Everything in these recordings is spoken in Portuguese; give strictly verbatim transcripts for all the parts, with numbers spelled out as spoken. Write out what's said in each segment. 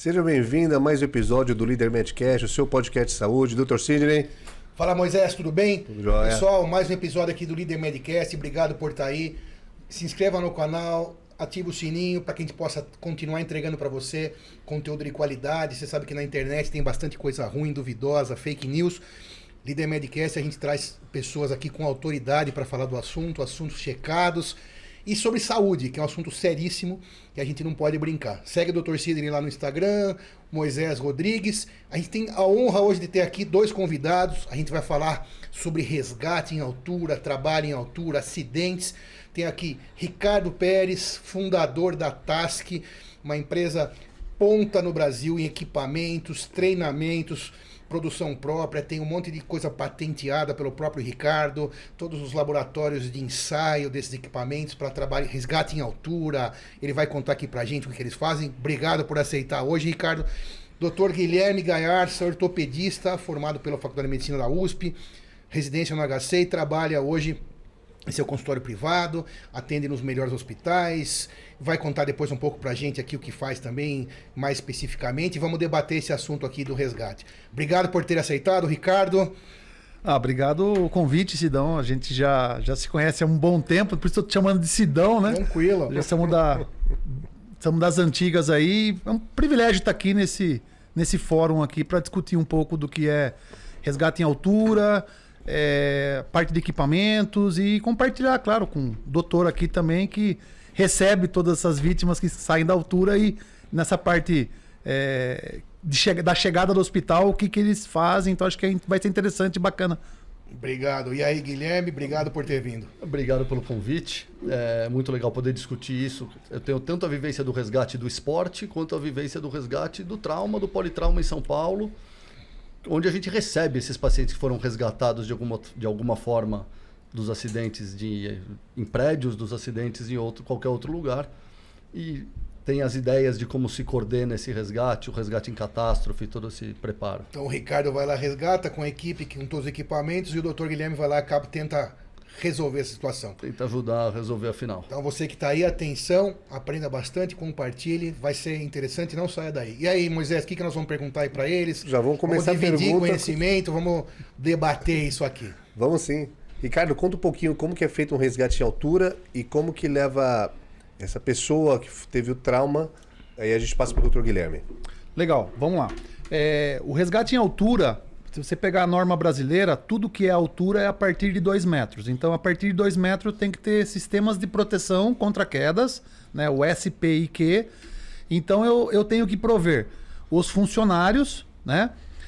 Seja bem-vindo a mais um episódio do Líder Medcast, o seu podcast de saúde. doutor Sidney. Fala, Moisés, tudo bem? Tudo jóia. Pessoal, mais um episódio aqui do Líder Medcast. Obrigado por estar aí. Se inscreva no canal, ative o sininho para que a gente possa continuar entregando para você conteúdo de qualidade. Você sabe que na internet tem bastante coisa ruim, duvidosa, fake news. Líder Medcast, a gente traz pessoas aqui com autoridade para falar do assunto, assuntos checados. E sobre saúde, que é um assunto seríssimo que a gente não pode brincar. Segue o doutor Sidney lá no Instagram, Moisés Rodrigues. A gente tem a honra hoje de ter aqui dois convidados. A gente vai falar sobre resgate em altura, trabalho em altura, acidentes. Tem aqui Ricardo Pérez, fundador da Task, uma empresa ponta no Brasil em equipamentos, treinamentos, produção própria, tem um monte de coisa patenteada pelo próprio Ricardo, todos os laboratórios de ensaio desses equipamentos para trabalho, resgate em altura. Ele vai contar aqui pra gente o que eles fazem. Obrigado por aceitar hoje, Ricardo. doutor Guilherme Gaiarsa, ortopedista, formado pela Faculdade de Medicina da U S P, residência no H C e trabalha hoje em seu consultório privado, atende nos melhores hospitais, vai contar depois um pouco pra gente aqui o que faz também, mais especificamente, e vamos debater esse assunto aqui do resgate. Obrigado por ter aceitado, Ricardo. Ah, obrigado o convite, Sidão. A gente já, já se conhece há um bom tempo, por isso estou te chamando de Sidão, né? Tranquilo. Já somos, da, somos das antigas aí. É um privilégio estar aqui nesse, nesse fórum aqui para discutir um pouco do que é resgate em altura, É, parte de equipamentos e compartilhar, claro, com o doutor aqui também que recebe todas essas vítimas que saem da altura e nessa parte é, de che da chegada do hospital, o que, que eles fazem. Então acho que vai ser interessante e bacana. Obrigado. E aí, Guilherme, obrigado por ter vindo. Obrigado pelo convite. É muito legal poder discutir isso. Eu tenho tanto a vivência do resgate do esporte quanto a vivência do resgate do trauma, do politrauma em São Paulo, onde a gente recebe esses pacientes que foram resgatados de alguma, de alguma forma dos acidentes de, em prédios, dos acidentes em outro, qualquer outro lugar. E tem as ideias de como se coordena esse resgate, o resgate em catástrofe, todo esse preparo. Então o Ricardo vai lá, resgata com a equipe, com todos os equipamentos, e o doutor Guilherme vai lá e acaba, tenta resolver essa situação. Tenta ajudar a resolver a final. Então você que está aí, atenção, aprenda bastante, compartilhe, vai ser interessante, não saia daí. E aí, Moisés, o que, que nós vamos perguntar aí para eles? Já vamos começar vamos dividir a pergunta. conhecimento, vamos debater isso aqui. Vamos sim. Ricardo, conta um pouquinho como que é feito um resgate em altura e como que leva essa pessoa que teve o trauma, aí a gente passa para o doutor Guilherme. Legal, vamos lá. É, o resgate em altura, se você pegar a norma brasileira, tudo que é altura é a partir de dois metros. Então, a partir de dois metros tem que ter sistemas de proteção contra quedas, né, o S P I Q. Então, eu, eu tenho que prover os funcionários, né?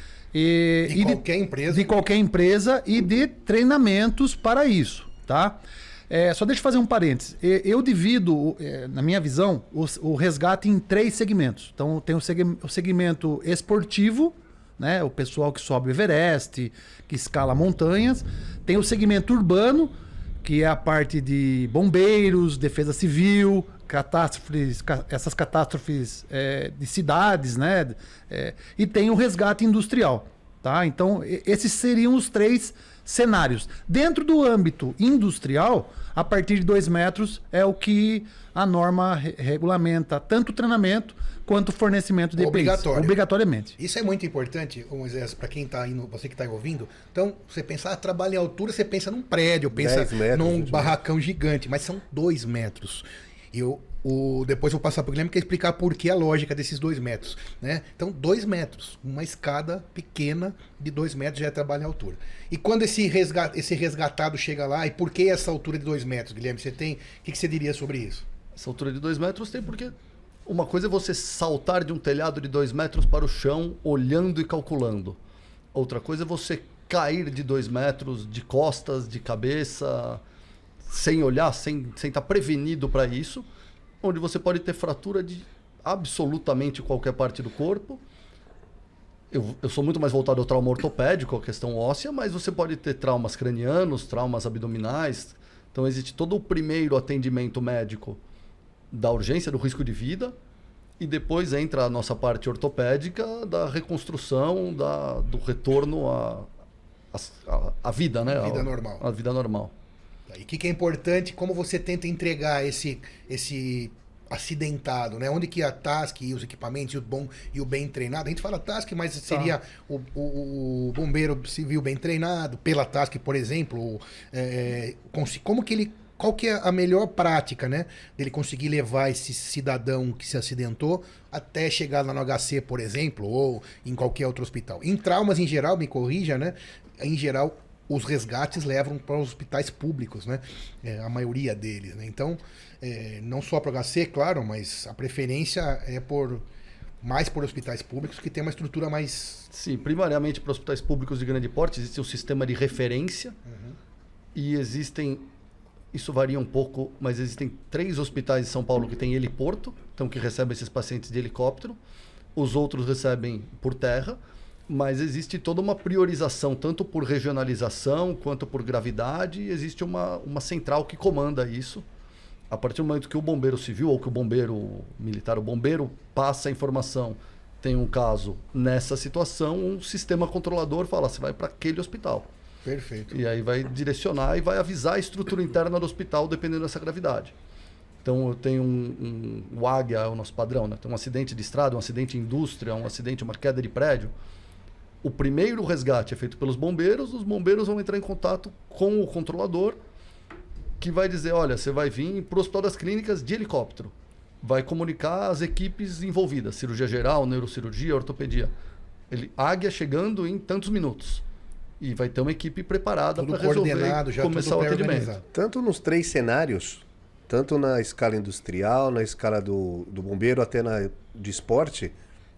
E, de e qualquer de, empresa. De qualquer empresa e de treinamentos para isso, tá? É, só deixa eu fazer um parênteses. Eu divido, na minha visão, o, o resgate em três segmentos. Então, tem o segmento esportivo, né? O pessoal que sobe o Everest, que escala montanhas. Tem o segmento urbano, que é a parte de bombeiros, defesa civil, catástrofes, essas catástrofes é, de cidades, né? É, e tem o resgate industrial, tá? Então, esses seriam os três cenários. Dentro do âmbito industrial, a partir de dois metros é o que a norma re regulamenta, tanto o treinamento quanto o fornecimento de E P Is. Obrigatório. Obrigatoriamente. Isso é muito importante, Moisés, para quem está indo, você que está ouvindo. Então, você pensa, ah, trabalho em altura, você pensa num prédio, pensa metros, num vinte barracão gigante, mas são dois metros. E eu, o, depois eu vou passar para o Guilherme que explicar por que a lógica desses dois metros. Né? Então, dois metros, uma escada pequena de dois metros já é trabalho em altura. E quando esse, resgat, esse resgatado chega lá, e por que essa altura de dois metros, Guilherme? Você tem, o que, que você diria sobre isso? Essa altura de dois metros tem porque uma coisa é você saltar de um telhado de dois metros para o chão, olhando e calculando. Outra coisa é você cair de dois metros de costas, de cabeça, sem olhar, sem sem estar prevenido para isso, onde você pode ter fratura de absolutamente qualquer parte do corpo. Eu, eu sou muito mais voltado ao trauma ortopédico, à questão óssea, mas você pode ter traumas cranianos, traumas abdominais. Então existe todo o primeiro atendimento médico da urgência, do risco de vida, e depois entra a nossa parte ortopédica da reconstrução, da, do retorno à a, a, a vida, né? A vida a, normal. A vida normal. E o que, que é importante, como você tenta entregar esse, esse acidentado, né? Onde que a task e os equipamentos e o bom e o bem treinado, a gente fala task, mas seria o, o, o bombeiro civil bem treinado pela task, por exemplo, é, como que ele, qual que é a melhor prática, né, dele conseguir levar esse cidadão que se acidentou até chegar lá no H C, por exemplo, ou em qualquer outro hospital. Em traumas em geral, me corrija, né? Em geral, os resgates levam para os hospitais públicos, né? É, a maioria deles, né? Então, é, não só para o H C, claro, mas a preferência é por mais por hospitais públicos que tem uma estrutura mais... Sim, primariamente para hospitais públicos de grande porte existe um sistema de referência uhum. e existem, isso varia um pouco, mas existem três hospitais de São Paulo que têm heliporto, então que recebem esses pacientes de helicóptero, os outros recebem por terra, mas existe toda uma priorização, tanto por regionalização quanto por gravidade. Existe uma, uma central que comanda isso. A partir do momento que o bombeiro civil ou que o bombeiro militar, o bombeiro passa a informação, tem um caso nessa situação, um sistema controlador fala, você vai para aquele hospital. Perfeito. E aí vai direcionar e vai avisar a estrutura interna do hospital dependendo dessa gravidade. Então eu tenho um, um, o Águia é o nosso padrão, né? Tem um acidente de estrada, um acidente em indústria, um acidente, uma queda de prédio. O primeiro resgate é feito pelos bombeiros, os bombeiros vão entrar em contato com o controlador, que vai dizer, olha, você vai vir para o Hospital das Clínicas de helicóptero. Vai comunicar as equipes envolvidas, cirurgia geral, neurocirurgia, ortopedia. Ele, Águia chegando em tantos minutos. E vai ter uma equipe preparada para resolver já começar o atendimento. Tanto nos três cenários, tanto na escala industrial, na escala do, do bombeiro, até na de esporte,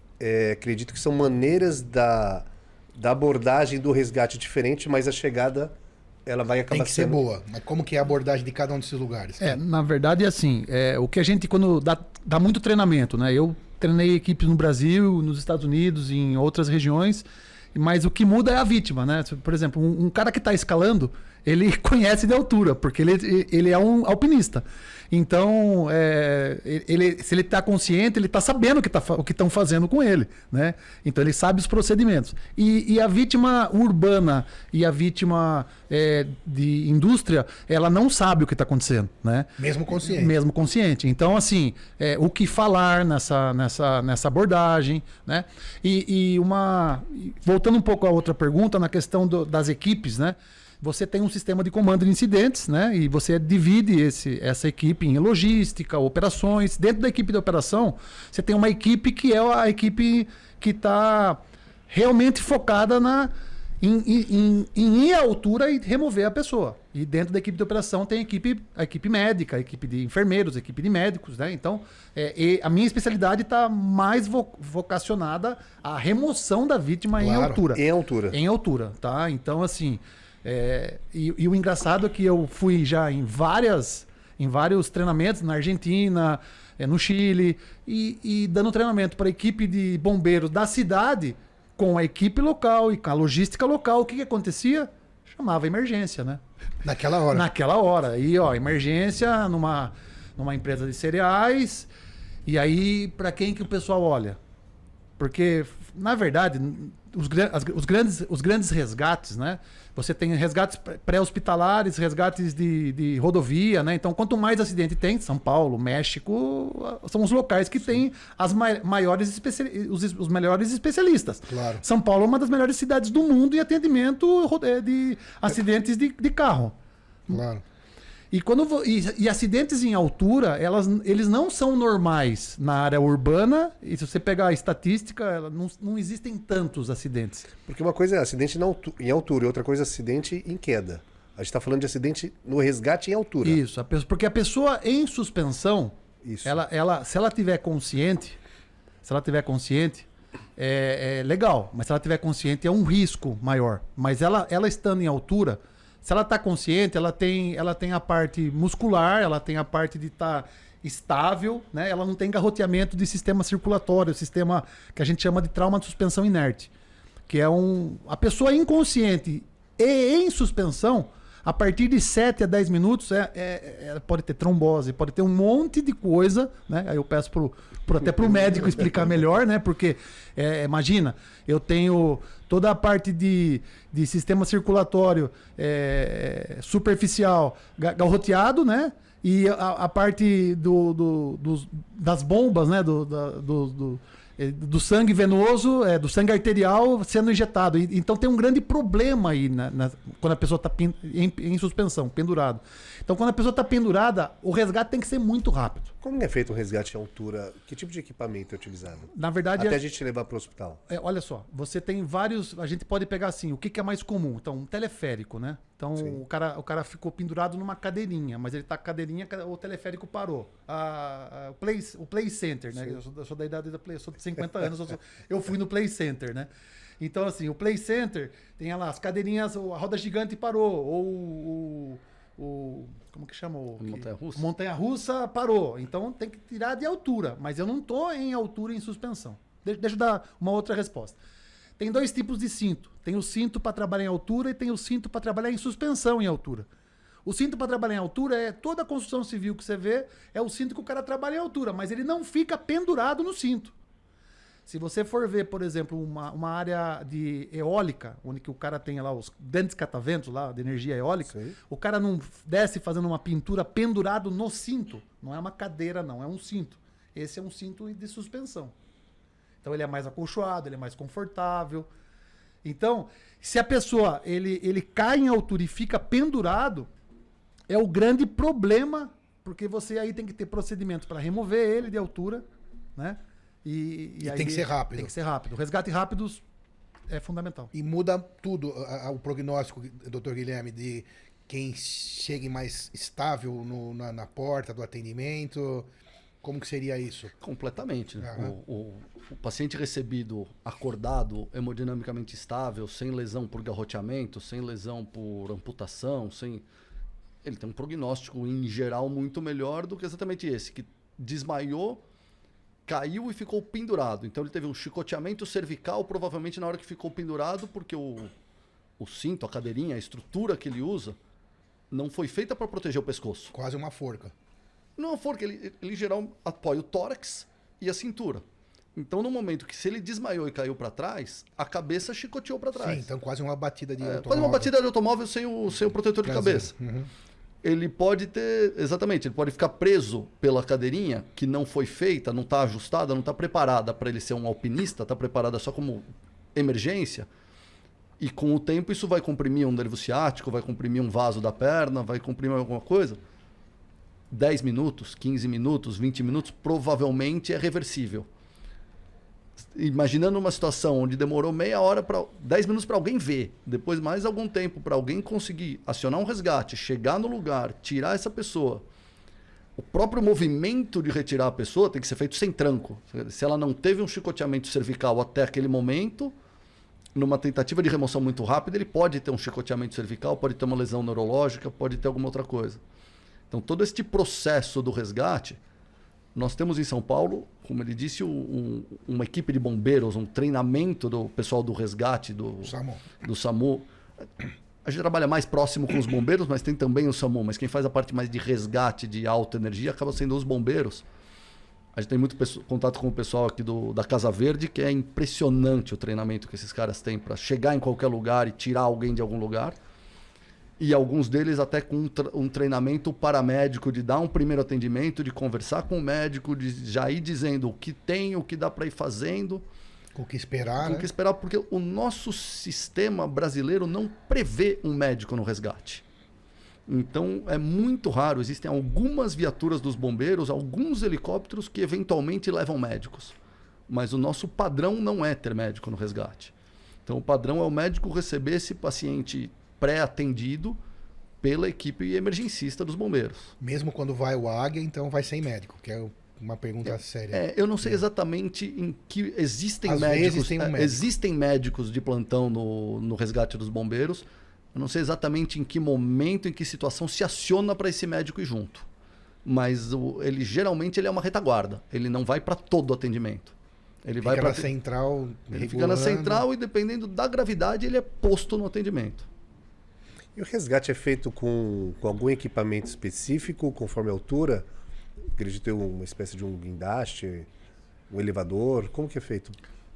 é, acredito que são maneiras da, da abordagem do resgate diferente, mas a chegada ela vai acabar tem que sendo... ser boa. Mas como que é a abordagem de cada um desses lugares? É, na verdade, é assim, é, o que a gente, quando dá, dá muito treinamento, né? Eu treinei equipes no Brasil, nos Estados Unidos, em outras regiões, mas o que muda é a vítima, né? Por exemplo, um, um cara que está escalando, ele conhece de altura, porque ele, ele é um alpinista. Então, é, ele, se ele está consciente, ele está sabendo o que tá, o que estão fazendo com ele, né? Então, ele sabe os procedimentos. E, e a vítima urbana e a vítima é, de indústria, ela não sabe o que está acontecendo, né? Mesmo consciente. Mesmo consciente. Então, assim, é, o que falar nessa, nessa, nessa abordagem, né? E, e uma... Voltando um pouco à outra pergunta, na questão do, das equipes, né? Você tem um sistema de comando de incidentes, né? E você divide esse, essa equipe em logística, operações. Dentro da equipe de operação, você tem uma equipe que é a equipe que está realmente focada na, em, em, em ir à altura e remover a pessoa. E dentro da equipe de operação tem a equipe, a equipe médica, a equipe de enfermeiros, a equipe de médicos, né? Então, é, e a minha especialidade está mais vo, vocacionada à remoção da vítima claro. em altura. Em altura. Em altura, tá? Então, assim... É, e, e o engraçado é que eu fui já em várias em vários treinamentos na Argentina, é, no Chile e, e dando treinamento para a equipe de bombeiros da cidade com a equipe local e com a logística local. O que, que acontecia? Chamava emergência, né? Naquela hora. Naquela hora. E ó, emergência numa, numa empresa de cereais. E aí, para quem que o pessoal olha? Porque, na verdade, os, os, grandes, os grandes resgates, né? Você tem resgates pré-hospitalares, resgates de, de rodovia, né? Então, quanto mais acidente tem, São Paulo, México, são os locais que têm as maiores especiali- os, os melhores especialistas. Claro. São Paulo é uma das melhores cidades do mundo em atendimento de acidentes de, de carro. Claro. E, quando, e, e acidentes em altura, elas, eles não são normais na área urbana. E se você pegar a estatística, ela, não, não existem tantos acidentes. Porque uma coisa é acidente em altura e outra coisa é acidente em queda. A gente está falando de acidente no resgate em altura. Isso, a pessoa, porque a pessoa em suspensão, Isso. Ela, ela, se ela tiver consciente, se ela tiver consciente, é, é legal. Mas se ela tiver consciente, é um risco maior. Mas ela, ela estando em altura... Se ela está consciente, ela tem, ela tem a parte muscular, ela tem a parte de estar tá estável, né? Ela não tem garroteamento de sistema circulatório, sistema que a gente chama de trauma de suspensão inerte. Que é um... A pessoa inconsciente e em suspensão, a partir de sete a dez minutos, é, é, é, pode ter trombose, pode ter um monte de coisa, né? Aí eu peço pro, pro, até para o médico explicar melhor, né? Porque, é, imagina, eu tenho toda a parte de, de sistema circulatório é, superficial garroteado, né? E a, a parte do, do, dos- das bombas, né? Do, da- do, do, eh, do sangue venoso, é, do sangue arterial sendo injetado. E- então tem um grande problema aí na- na- quando a pessoa está em, em suspensão, pendurado. Então quando a pessoa está pendurada, o resgate tem que ser muito rápido. Como é feito um resgate em altura? Que tipo de equipamento é utilizado? Na verdade, Até é- a gente levar para o hospital. É, olha só, você tem vários. A gente pode pegar assim, o que, que é mais comum? Então, um teleférico, né? Então, Sim. o cara, o cara ficou pendurado numa cadeirinha, mas ele tá com a cadeirinha, o teleférico parou. A- a- o, play, o Play Center, né? Eu sou, eu sou da idade da Play, eu sou de cinquenta anos, eu, sou- eu fui no Play Center, né? Então, assim, o Play Center tem lá as cadeirinhas, a roda gigante parou, ou o. o como que chama? O, que- Montanha-russa? Montanha-russa parou. Então tem que tirar de altura. Mas eu não tô em altura em suspensão. De- Deixa eu dar uma outra resposta. Tem dois tipos de cinto. Tem o cinto para trabalhar em altura e tem o cinto para trabalhar em suspensão em altura. O cinto para trabalhar em altura é toda a construção civil que você vê, é o cinto que o cara trabalha em altura, mas ele não fica pendurado no cinto. Se você for ver, por exemplo, uma, uma área de eólica, onde que o cara tem lá os grandes cataventos lá, de energia eólica, Sim. o cara não desce fazendo uma pintura pendurado no cinto. Não é uma cadeira, não, é um cinto. Esse é um cinto de suspensão. Então ele é mais acolchoado, ele é mais confortável. Então, se a pessoa ele, ele cai em altura e fica pendurado, é o grande problema, porque você aí tem que ter procedimento para remover ele de altura, né? E, E aí tem que ser rápido. Tem que ser rápido. O resgate rápido é fundamental. E muda tudo a- a- o prognóstico, doutor Guilherme, de quem chegue mais estável no- na, na porta do atendimento. Como que seria isso? Completamente. Né? Aham. O, o- o paciente recebido acordado, hemodinamicamente estável, sem lesão por garroteamento, sem lesão por amputação, sem... ele tem um prognóstico, em geral, muito melhor do que exatamente esse, que desmaiou, caiu e ficou pendurado. Então ele teve um chicoteamento cervical, provavelmente na hora que ficou pendurado, porque o, o cinto, a cadeirinha, a estrutura que ele usa, não foi feita para proteger o pescoço. Quase uma forca. Não, porque ele, ele em geral apoia o tórax e a cintura. Então, no momento que se ele desmaiou e caiu para trás, a cabeça chicoteou para trás. Sim, então quase uma batida de É, automóvel. quase uma batida de automóvel sem o, sem o protetor de Traseiro. cabeça. Uhum. Ele pode ter, exatamente, ele pode ficar preso pela cadeirinha que não foi feita, não está ajustada, não está preparada para ele ser um alpinista, está preparada só como emergência. E com o tempo isso vai comprimir um nervo ciático, vai comprimir um vaso da perna, vai comprimir alguma coisa. dez minutos, quinze minutos, vinte minutos, provavelmente é reversível. Imaginando uma situação onde demorou meia hora para dez minutos para alguém ver, depois mais algum tempo para alguém conseguir acionar um resgate, chegar no lugar, tirar essa pessoa. O próprio movimento de retirar a pessoa tem que ser feito sem tranco. Se ela não teve um chicoteamento cervical até aquele momento, numa tentativa de remoção muito rápida, ele pode ter um chicoteamento cervical, pode ter uma lesão neurológica, pode ter alguma outra coisa. Então, todo este processo do resgate, nós temos em São Paulo, como ele disse, um, uma equipe de bombeiros, um treinamento do pessoal do resgate, do SAMU. do SAMU. A gente trabalha mais próximo com os bombeiros, mas tem também o SAMU. Mas quem faz a parte mais de resgate de alta energia acaba sendo os bombeiros. A gente tem muito pesso- contato com o pessoal aqui do, da Casa Verde, que é impressionante o treinamento que esses caras têm para chegar em qualquer lugar e tirar alguém de algum lugar. E alguns deles até com um, tra- um treinamento paramédico de dar um primeiro atendimento, de conversar com o médico, de já ir dizendo o que tem, o que dá para ir fazendo. Com o que esperar, Tem né? que esperar, porque o nosso sistema brasileiro não prevê um médico no resgate. Então é muito raro. Existem algumas viaturas dos bombeiros, alguns helicópteros que eventualmente levam médicos. Mas o nosso padrão não é ter médico no resgate. Então o padrão é o médico receber esse paciente pré-atendido pela equipe emergencista dos bombeiros. Mesmo quando vai o Águia, então vai sem médico, que é uma pergunta séria. É, eu não sei exatamente em que existem Às médicos. vezes tem um é, médico. Existem médicos de plantão no, no resgate dos bombeiros. Eu não sei exatamente em que momento, em que situação se aciona para esse médico ir junto. Mas o, ele geralmente ele é uma retaguarda. Ele não vai para todo o atendimento. Ele vai Fica na para central. ele fica na regulando. central e dependendo da gravidade ele é posto no atendimento. E o resgate é feito com, com algum equipamento específico, conforme a altura? Acredito ter uma espécie de um guindaste, um elevador. Como que é feito?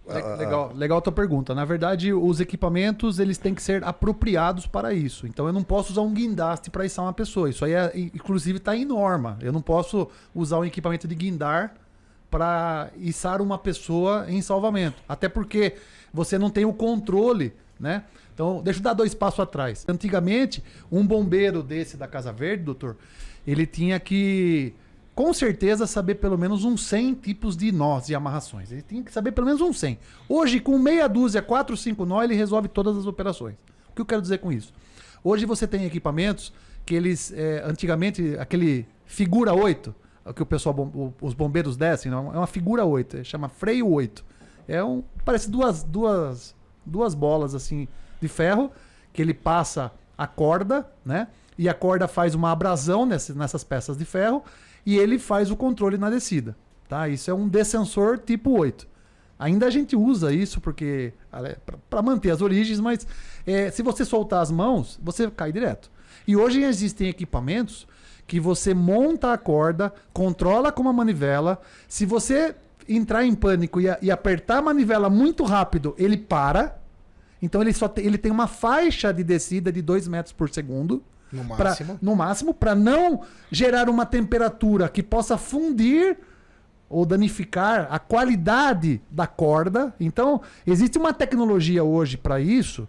Le- Legal, legal a tua pergunta. Na verdade, os equipamentos eles têm que ser apropriados para isso. Então, eu não posso usar um guindaste para içar uma pessoa. Isso aí, é, inclusive, está em norma. Eu não posso usar um equipamento de guindar para içar uma pessoa em salvamento. Até porque você não tem o controle, né? Então, deixa eu dar dois passos atrás. Antigamente, um bombeiro desse da Casa Verde, doutor, ele tinha que... com certeza saber pelo menos uns cem tipos de nós e amarrações. Ele tinha que saber pelo menos uns cem. Hoje, com meia dúzia, quatro, cinco nó, ele resolve todas as operações. O que eu quero dizer com isso? Hoje você tem equipamentos que eles, é, antigamente, aquele figura oito, que o pessoal, bom, os bombeiros descem, não, é uma figura oito, chama freio oito. É um, parece duas, duas, duas bolas assim de ferro, que ele passa a corda, né? E a corda faz uma abrasão nessas, nessas peças de ferro, e ele faz o controle na descida, tá? Isso é um descensor tipo oito. Ainda a gente usa isso porque para manter as origens, mas é, se você soltar as mãos, você cai direto. E hoje existem equipamentos que você monta a corda, controla com uma manivela. Se você entrar em pânico e, e apertar a manivela muito rápido, ele para. Então ele só tem, ele tem uma faixa de descida de dois metros por segundo. No Pra, máximo. no máximo, para não gerar uma temperatura que possa fundir ou danificar a qualidade da corda. Então, existe uma tecnologia hoje para isso,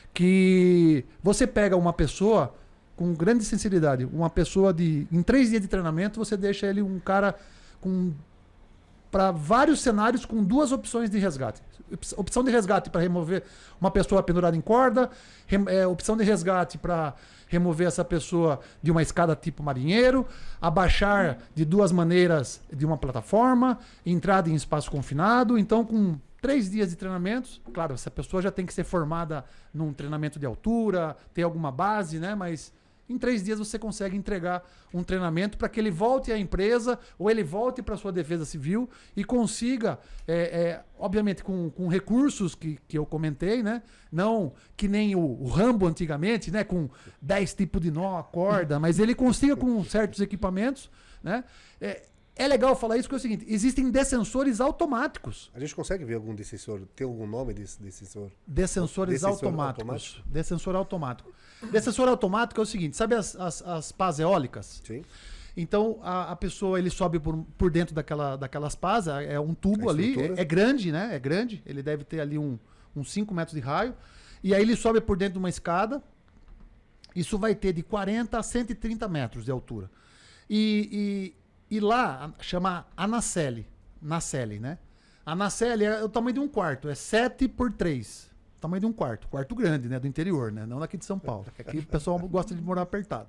que você pega uma pessoa com grande sinceridade, uma pessoa de... em três dias de treinamento, você deixa ele um cara com... para vários cenários com duas opções de resgate. Opção de resgate para remover uma pessoa pendurada em corda, rem, é, opção de resgate para remover essa pessoa de uma escada tipo marinheiro, abaixar de duas maneiras de uma plataforma, entrada em espaço confinado. Então, com três dias de treinamentos, claro, essa pessoa já tem que ser formada num treinamento de altura, ter alguma base, né? Mas em três dias você consegue entregar um treinamento para que ele volte à empresa ou ele volte para a sua defesa civil e consiga, é, é, obviamente com, com recursos que, que eu comentei, né? Não que nem o, o Rambo antigamente, né? Com dez tipos de nó, a corda, mas ele consiga com certos equipamentos, né? É, é legal falar isso porque é o seguinte, existem descensores automáticos. A gente consegue ver algum descensor? Tem algum nome desse descensor? Descensores Descensor automáticos. automático? Descensor automático. Descensor automático é o seguinte, sabe as, as, as pás eólicas? Sim. Então a, a pessoa ele sobe por, por dentro daquela, daquelas pás, é um tubo A ali, estrutura. é, é grande, né? É grande, ele deve ter ali um, uns cinco metros de raio. E aí ele sobe por dentro de uma escada. Isso vai ter de quarenta a cento e trinta metros de altura. E, e, e lá chama a nacelle, nacelle, né? A nacelle é o tamanho de um quarto, é sete por três. Tamanho de um quarto, quarto grande, né? Do interior, né? Não daqui de São Paulo. Aqui o pessoal gosta de morar apertado.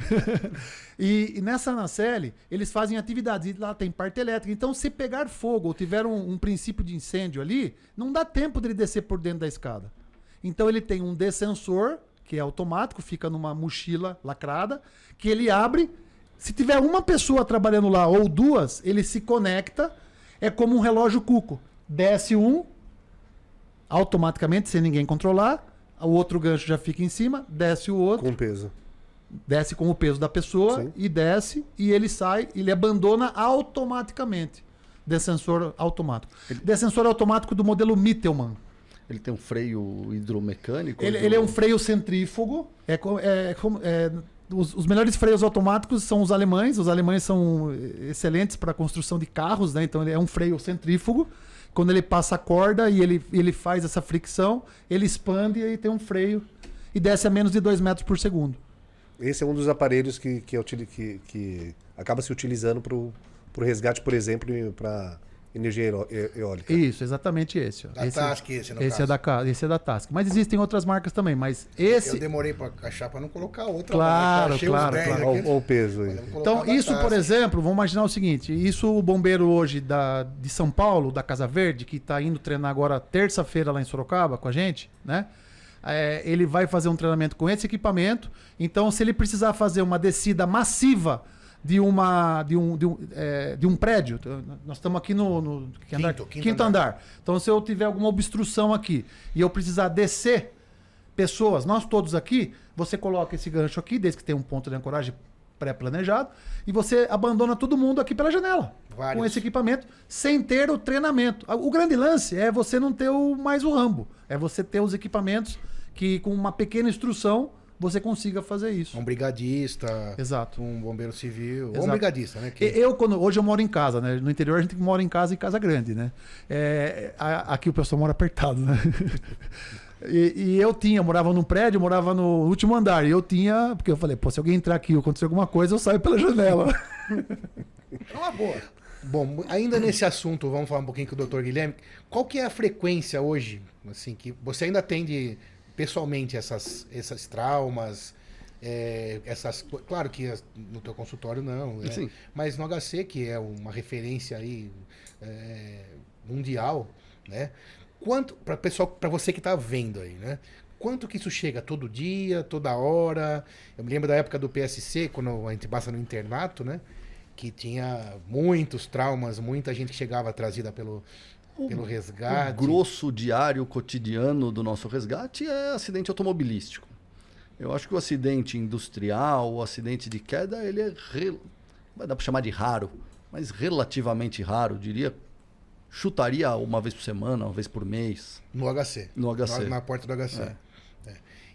e, e nessa nacelle, eles fazem atividades. E lá tem parte elétrica. Então, se pegar fogo ou tiver um, um princípio de incêndio ali, não dá tempo dele descer por dentro da escada. Então, ele tem um descensor, que é automático, fica numa mochila lacrada, que ele abre. Se tiver uma pessoa trabalhando lá ou duas, ele se conecta. É como um relógio cuco. Desce um, automaticamente, sem ninguém controlar, o outro gancho já fica em cima, desce o outro, Com peso. desce com o peso da pessoa Sim. e desce, e ele sai, ele abandona automaticamente. Descensor automático. Descensor automático do modelo Mittelmann. Ele tem um freio hidromecânico? Ele, do- ele é um freio centrífugo. É, co- é, como- é, os, os melhores freios automáticos são os alemães. Os alemães são excelentes para a construção de carros, né? Então ele é um freio centrífugo. Quando ele passa a corda e ele, ele faz essa fricção, ele expande e aí tem um freio e desce a menos de dois metros por segundo. Esse é um dos aparelhos que, que, é utili- que, que acaba se utilizando para o resgate, por exemplo, para energia eó- e- eólica. Isso, exatamente esse. Ó. Da esse, Task, esse, no esse é caso. da, ca- esse é da Task. Mas existem outras marcas também, mas esse... Eu demorei pra achar pra não colocar outra. Claro, lá, achei os claro, dez claro. aqui. Olha o peso aí. Mas eu vou Então, colocar da isso, por Task. exemplo, vamos imaginar o seguinte: isso o bombeiro hoje da, de São Paulo, da Casa Verde, que está indo treinar agora terça-feira lá em Sorocaba com a gente, né? É, ele vai fazer um treinamento com esse equipamento. Então, se ele precisar fazer uma descida massiva de, uma, de, um, de, um, é, de um prédio, nós estamos aqui no, no que andar? Quinto, quinto quinto andar. andar. Então, se eu tiver alguma obstrução aqui e eu precisar descer pessoas, nós todos aqui, você coloca esse gancho aqui, desde que tenha um ponto de ancoragem pré-planejado, e você abandona todo mundo aqui pela janela. Vários. Com esse equipamento, sem ter o treinamento. O grande lance é você não ter o, mais o Rambo. É você ter os equipamentos que, com uma pequena instrução, você consiga fazer isso. Um brigadista, Exato. um bombeiro civil, ou um Exato. brigadista, né? Que... Eu, quando, hoje eu moro em casa, né? No interior a gente mora em casa e casa grande, né? É, a- aqui o pessoal mora apertado, né? E, e eu tinha, morava num prédio, morava no último andar. E eu tinha, porque eu falei, pô, se alguém entrar aqui ou acontecer alguma coisa, eu saio pela janela. É uma boa. Bom, ainda nesse assunto, vamos falar um pouquinho com o doutor Guilherme. Qual que é a frequência hoje, assim, que você ainda atende pessoalmente essas, esses traumas, é, essas... Claro que no teu consultório não, né? Sim. Mas no H C, que é uma referência aí é, mundial, né? Quanto, para pessoal, para você que está vendo aí, né? Quanto que isso chega todo dia, toda hora? Eu me lembro da época do P S C, quando a gente passa no internato, né? Que tinha muitos traumas, muita gente que chegava trazida pelo, pelo resgate. O grosso diário cotidiano do nosso resgate é acidente automobilístico. Eu acho que o acidente industrial, o acidente de queda, ele é, re... vai dar para chamar de raro, mas relativamente raro, diria. Chutaria uma vez por semana, uma vez por mês. No H C. No H C. Na, na porta do H C. É. É.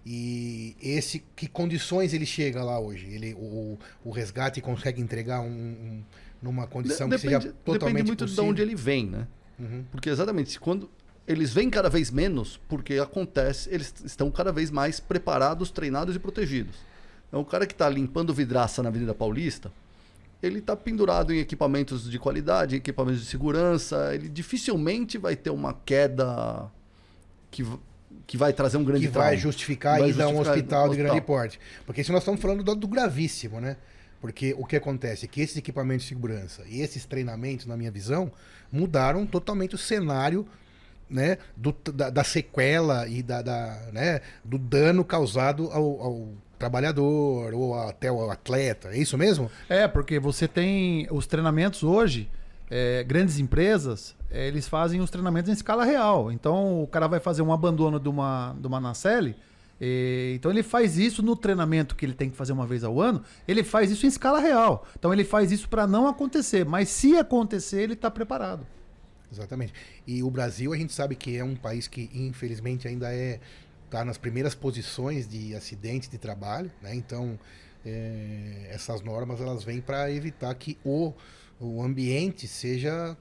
E esse, que condições ele chega lá hoje? Ele, o, o resgate consegue entregar um, um, numa condição De- que seja depende, totalmente depende muito possível? de onde ele vem, né? Uhum. Porque exatamente, quando eles vêm cada vez menos, porque acontece, eles estão cada vez mais preparados, treinados e protegidos. Então, o cara que está limpando vidraça na Avenida Paulista, ele está pendurado em equipamentos de qualidade, em equipamentos de segurança, ele dificilmente vai ter uma queda que, v- que vai trazer um grande Que vai trauma. justificar Vai ir a um justificar hospital um de grande hospital. porte. Porque se nós estamos falando do, do gravíssimo, né? Porque o que acontece é que esses equipamentos de segurança e esses treinamentos, na minha visão, mudaram totalmente o cenário, né, do, da, da sequela e da, da, né, do dano causado ao, ao trabalhador ou até ao atleta. É isso mesmo? É, porque você tem os treinamentos hoje, é, grandes empresas, é, eles fazem os treinamentos em escala real. Então, o cara vai fazer um abandono de uma, de uma nacelle, e, então ele faz isso no treinamento que ele tem que fazer uma vez ao ano, ele faz isso em escala real. Então, ele faz isso para não acontecer, mas se acontecer, ele está preparado. Exatamente. E o Brasil, a gente sabe que é um país que, infelizmente, ainda é tá nas primeiras posições de acidentes de trabalho, né? Então, é, essas normas elas vêm para evitar que o, o ambiente seja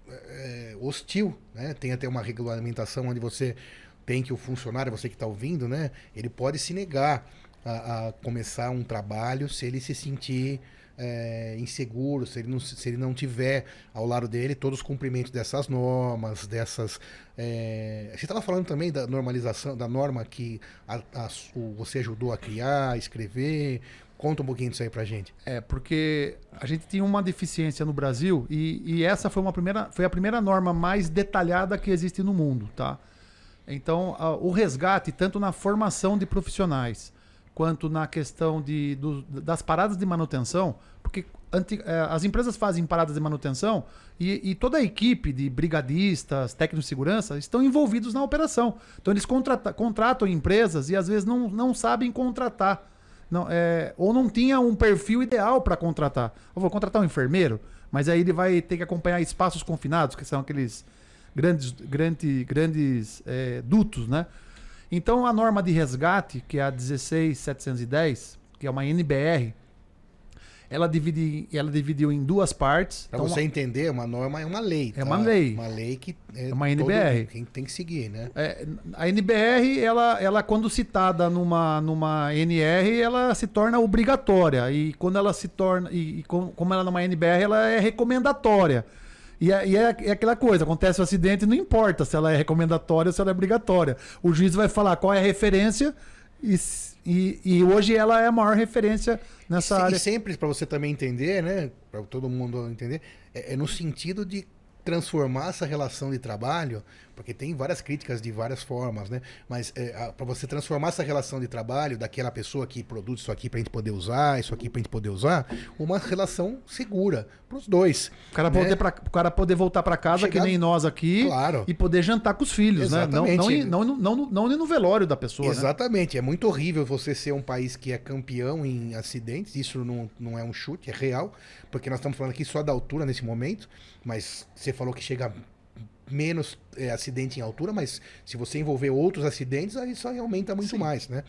é, hostil, né? Tem até uma regulamentação onde você tem que o funcionário, você que está ouvindo, né? Ele pode se negar a, a começar um trabalho se ele se sentir é, inseguro, se ele, não, se ele não tiver ao lado dele todos os cumprimentos dessas normas, dessas... É... Você estava falando também da normalização, da norma que a, a, o, você ajudou a criar, escrever. Conta um pouquinho disso aí pra gente. É, porque a gente tinha uma deficiência no Brasil e, e essa foi, uma primeira, foi a primeira norma mais detalhada que existe no mundo, tá? Então, a, o resgate, tanto na formação de profissionais, quanto na questão de, do, das paradas de manutenção, porque anti, é, as empresas fazem paradas de manutenção e, e toda a equipe de brigadistas, técnicos de segurança estão envolvidos na operação. Então, eles contrata, contratam empresas e às vezes não, não sabem contratar. Não, é, ou não tinha um perfil ideal para contratar. Eu vou contratar um enfermeiro, mas aí ele vai ter que acompanhar espaços confinados, que são aqueles grandes, grande, grandes é, dutos, né? Então a norma de resgate, que é a dezesseis mil setecentos e dez, que é uma N B R, ela, divide, ela dividiu em duas partes. Para Então, você entender, uma norma é uma lei. É tá? uma lei. Uma lei que é, É uma N B R. Todo, quem tem que seguir, né? É, a N B R, ela, ela quando citada numa, numa N R, ela se torna obrigatória. E quando ela se torna. E, e como como ela é uma N B R, ela é recomendatória. E, é, e é, é aquela coisa, acontece o acidente, não importa se ela é recomendatória ou se ela é obrigatória. O juiz vai falar qual é a referência e, e, e hoje ela é a maior referência nessa e, área. E sempre, para você também entender, né? Para todo mundo entender, é, é no sentido de transformar essa relação de trabalho, porque tem várias críticas de várias formas, né? Mas é, para você transformar essa relação de trabalho daquela pessoa que produz isso aqui pra gente poder usar, isso aqui pra gente poder usar, uma relação segura pros dois. O cara, né? poder pra, o cara poder voltar para casa, Chegar- que nem nós aqui, Claro. e poder jantar com os filhos, né? Não, Exatamente. não, não, não, não, não ir no velório da pessoa, né? Exatamente, é muito horrível você ser um país que é campeão em acidentes, isso não, não é um chute, é real, porque nós estamos falando aqui só da altura nesse momento, mas você falou que chega menos é, acidente em altura, mas se você envolver outros acidentes, aí só aumenta muito Sim. mais, né?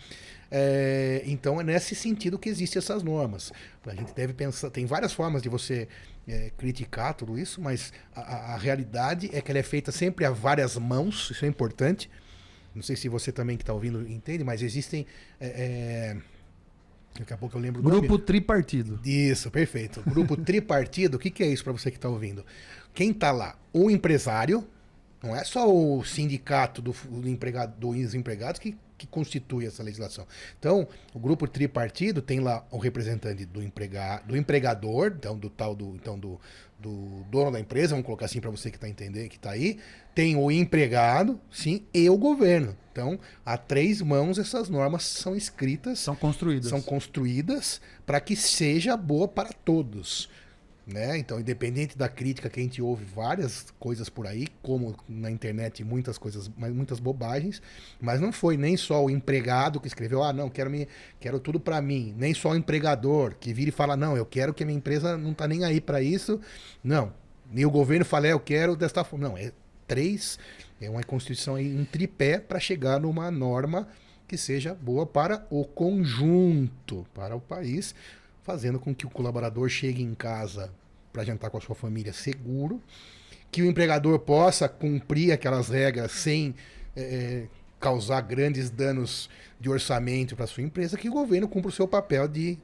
É, então é nesse sentido que existem essas normas. A gente deve pensar, tem várias formas de você é, criticar tudo isso, mas a, a- a realidade é que ela é feita sempre a várias mãos, isso é importante. Não sei se você também que está ouvindo entende, mas existem. é, é, daqui a pouco eu lembro o Grupo nome. tripartido. Isso, perfeito. Grupo tripartido, o que, que é isso para você que está ouvindo? Quem está lá? O empresário, não é só o sindicato do, do empregado, dos empregados que, que constitui essa legislação. Então, o grupo tripartido tem lá o representante do, emprega, do empregador, então do tal do, então do, do dono da empresa, vamos colocar assim para você que está entendendo, que está aí. Tem o empregado, sim, e o governo. Então, a três mãos essas normas são escritas, São construídas. são construídas para que seja boa para todos. Né? Então, independente da crítica que a gente ouve várias coisas por aí, como na internet muitas coisas, mas muitas bobagens, mas não foi nem só o empregado que escreveu, ah, não, quero me, quero tudo para mim, nem só o empregador que vira e fala, não, eu quero que a minha empresa não tá nem aí para isso, não. Nem o governo fala, é, eu quero desta forma, não, é três, é uma constituição aí, um tripé para chegar numa norma que seja boa para o conjunto, para o país, fazendo com que o colaborador chegue em casa para jantar com a sua família seguro, que o empregador possa cumprir aquelas regras sem é, causar grandes danos de orçamento para sua empresa, que o governo cumpra o seu papel de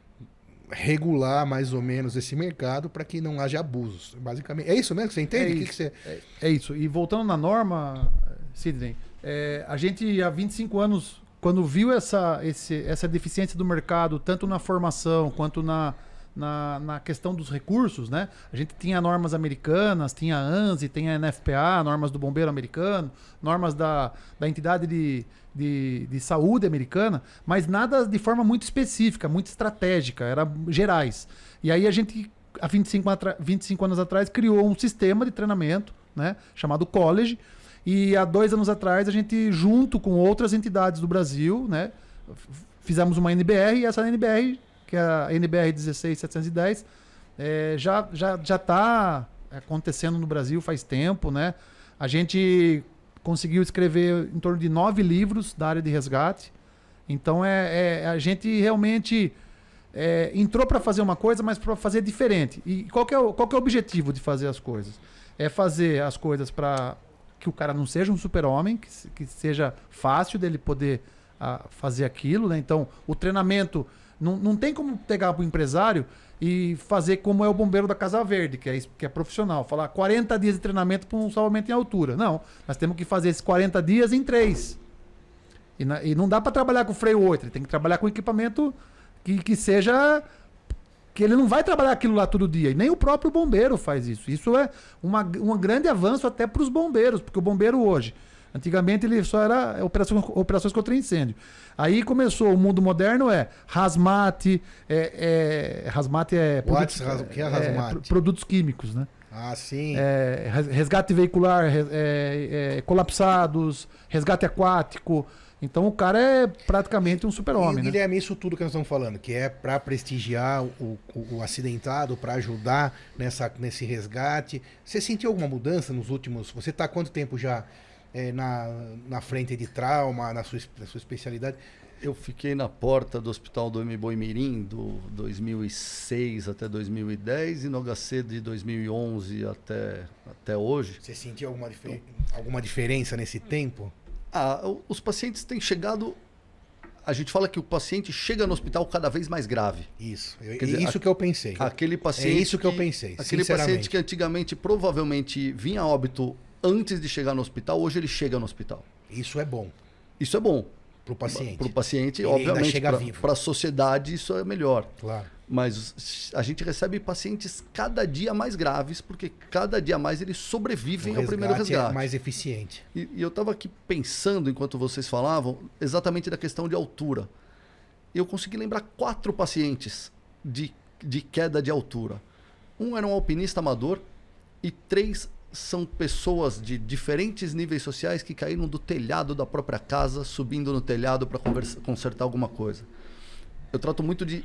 regular mais ou menos esse mercado para que não haja abusos. Basicamente, é isso mesmo que você entende? É O que isso. que você... É isso. E voltando na norma, Sidney, é, a gente há vinte e cinco anos, quando viu essa, esse, essa deficiência do mercado, tanto na formação quanto na, na, na questão dos recursos, né? A gente tinha normas americanas, tinha a ANSI, tem a N F P A, normas do bombeiro americano, normas da, da entidade de, de, de saúde americana, mas nada de forma muito específica, muito estratégica, era gerais. E aí a gente, há vinte e cinco, atra- vinte e cinco anos atrás, criou um sistema de treinamento, né, chamado College. E há dois anos atrás, a gente, junto com outras entidades do Brasil, né, f- fizemos uma N B R, e essa N B R, que é a N B R dezesseis mil setecentos e dez, é, já está já, já tá acontecendo no Brasil faz tempo. Né? A gente conseguiu escrever em torno de nove livros da área de resgate. Então, é, é a gente realmente é, entrou para fazer uma coisa, mas para fazer diferente. E qual que, é o, qual que é o objetivo de fazer as coisas? É fazer as coisas para que o cara não seja um super-homem, que, se- que seja fácil dele poder ah, fazer aquilo. Né? Então, o treinamento, não, não tem como pegar para o empresário e fazer como é o bombeiro da Casa Verde, que é, es- que é profissional. Falar quarenta dias de treinamento para um salvamento em altura. Não, nós temos que fazer esses quarenta dias em três. E, na- e não dá para trabalhar com freio oito, ele tem que trabalhar com equipamento que, que seja... que ele não vai trabalhar aquilo lá todo dia. E nem o próprio bombeiro faz isso. Isso é uma, um grande avanço até para os bombeiros, porque o bombeiro hoje, antigamente ele só era operações, operações contra incêndio. Aí começou o mundo moderno, é hazmat, é, é, hazmat é, What's ras- o que é hazmat? pro- produtos químicos, né? Ah, sim. É, res- resgate veicular, res- é, é, colapsados, resgate aquático. Então o cara é praticamente um E, super-homem, né? Guilherme, isso tudo que nós estamos falando, que é para prestigiar o, o, o acidentado, para ajudar nessa, nesse resgate. Você sentiu alguma mudança nos últimos... Você está há quanto tempo já é, na, na frente de trauma, na sua, es- na sua especialidade? Eu fiquei na porta do Hospital do Boimirim do dois mil e seis até dois mil e dez e no H C de dois mil e onze até, até hoje. Você sentiu alguma, difer- alguma diferença nesse tempo? Ah, o- os pacientes têm chegado... A gente fala que o paciente chega no hospital cada vez mais grave. Isso. Eu- Quer dizer, isso a- que eu pensei. Aquele paciente É isso que eu pensei, Aquele sinceramente. paciente que antigamente provavelmente vinha a óbito antes de chegar no hospital, hoje ele chega no hospital. Isso é bom Isso é bom. para o paciente. Para o paciente, Ele ainda obviamente, chega pra- vivo. para a sociedade isso é melhor. Claro. Mas a gente recebe pacientes cada dia mais graves, porque cada dia mais eles sobrevivem O ao primeiro resgate. é mais eficiente. E, e eu estava aqui pensando, enquanto vocês falavam, exatamente da questão de altura. Eu consegui lembrar quatro pacientes de, de queda de altura. Um era um alpinista amador e três são pessoas de diferentes níveis sociais que caíram do telhado da própria casa, subindo no telhado para consertar alguma coisa. Eu trato muito de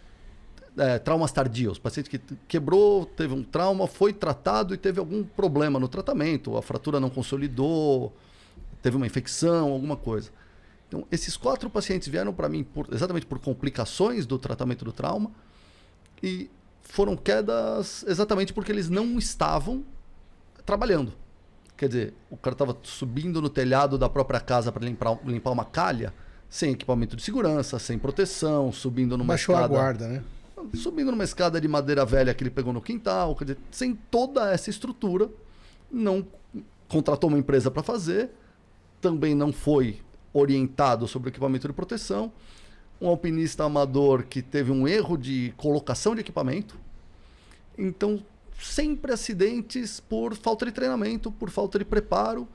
é, traumas tardios. Paciente que quebrou, teve um trauma, foi tratado e teve algum problema no tratamento. A fratura não consolidou, teve uma infecção, alguma coisa. Então, esses quatro pacientes vieram para mim por, exatamente por complicações do tratamento do trauma e foram quedas exatamente porque eles não estavam trabalhando. Quer dizer, o cara estava subindo no telhado da própria casa para limpar, limpar uma calha, sem equipamento de segurança, sem proteção, subindo numa Baixou escada... a guarda, né? Subindo numa escada de madeira velha que ele pegou no quintal, quer dizer, sem toda essa estrutura, não contratou uma empresa para fazer, também não foi orientado sobre o equipamento de proteção, um alpinista amador que teve um erro de colocação de equipamento. Então, sempre acidentes por falta de treinamento, por falta de preparo.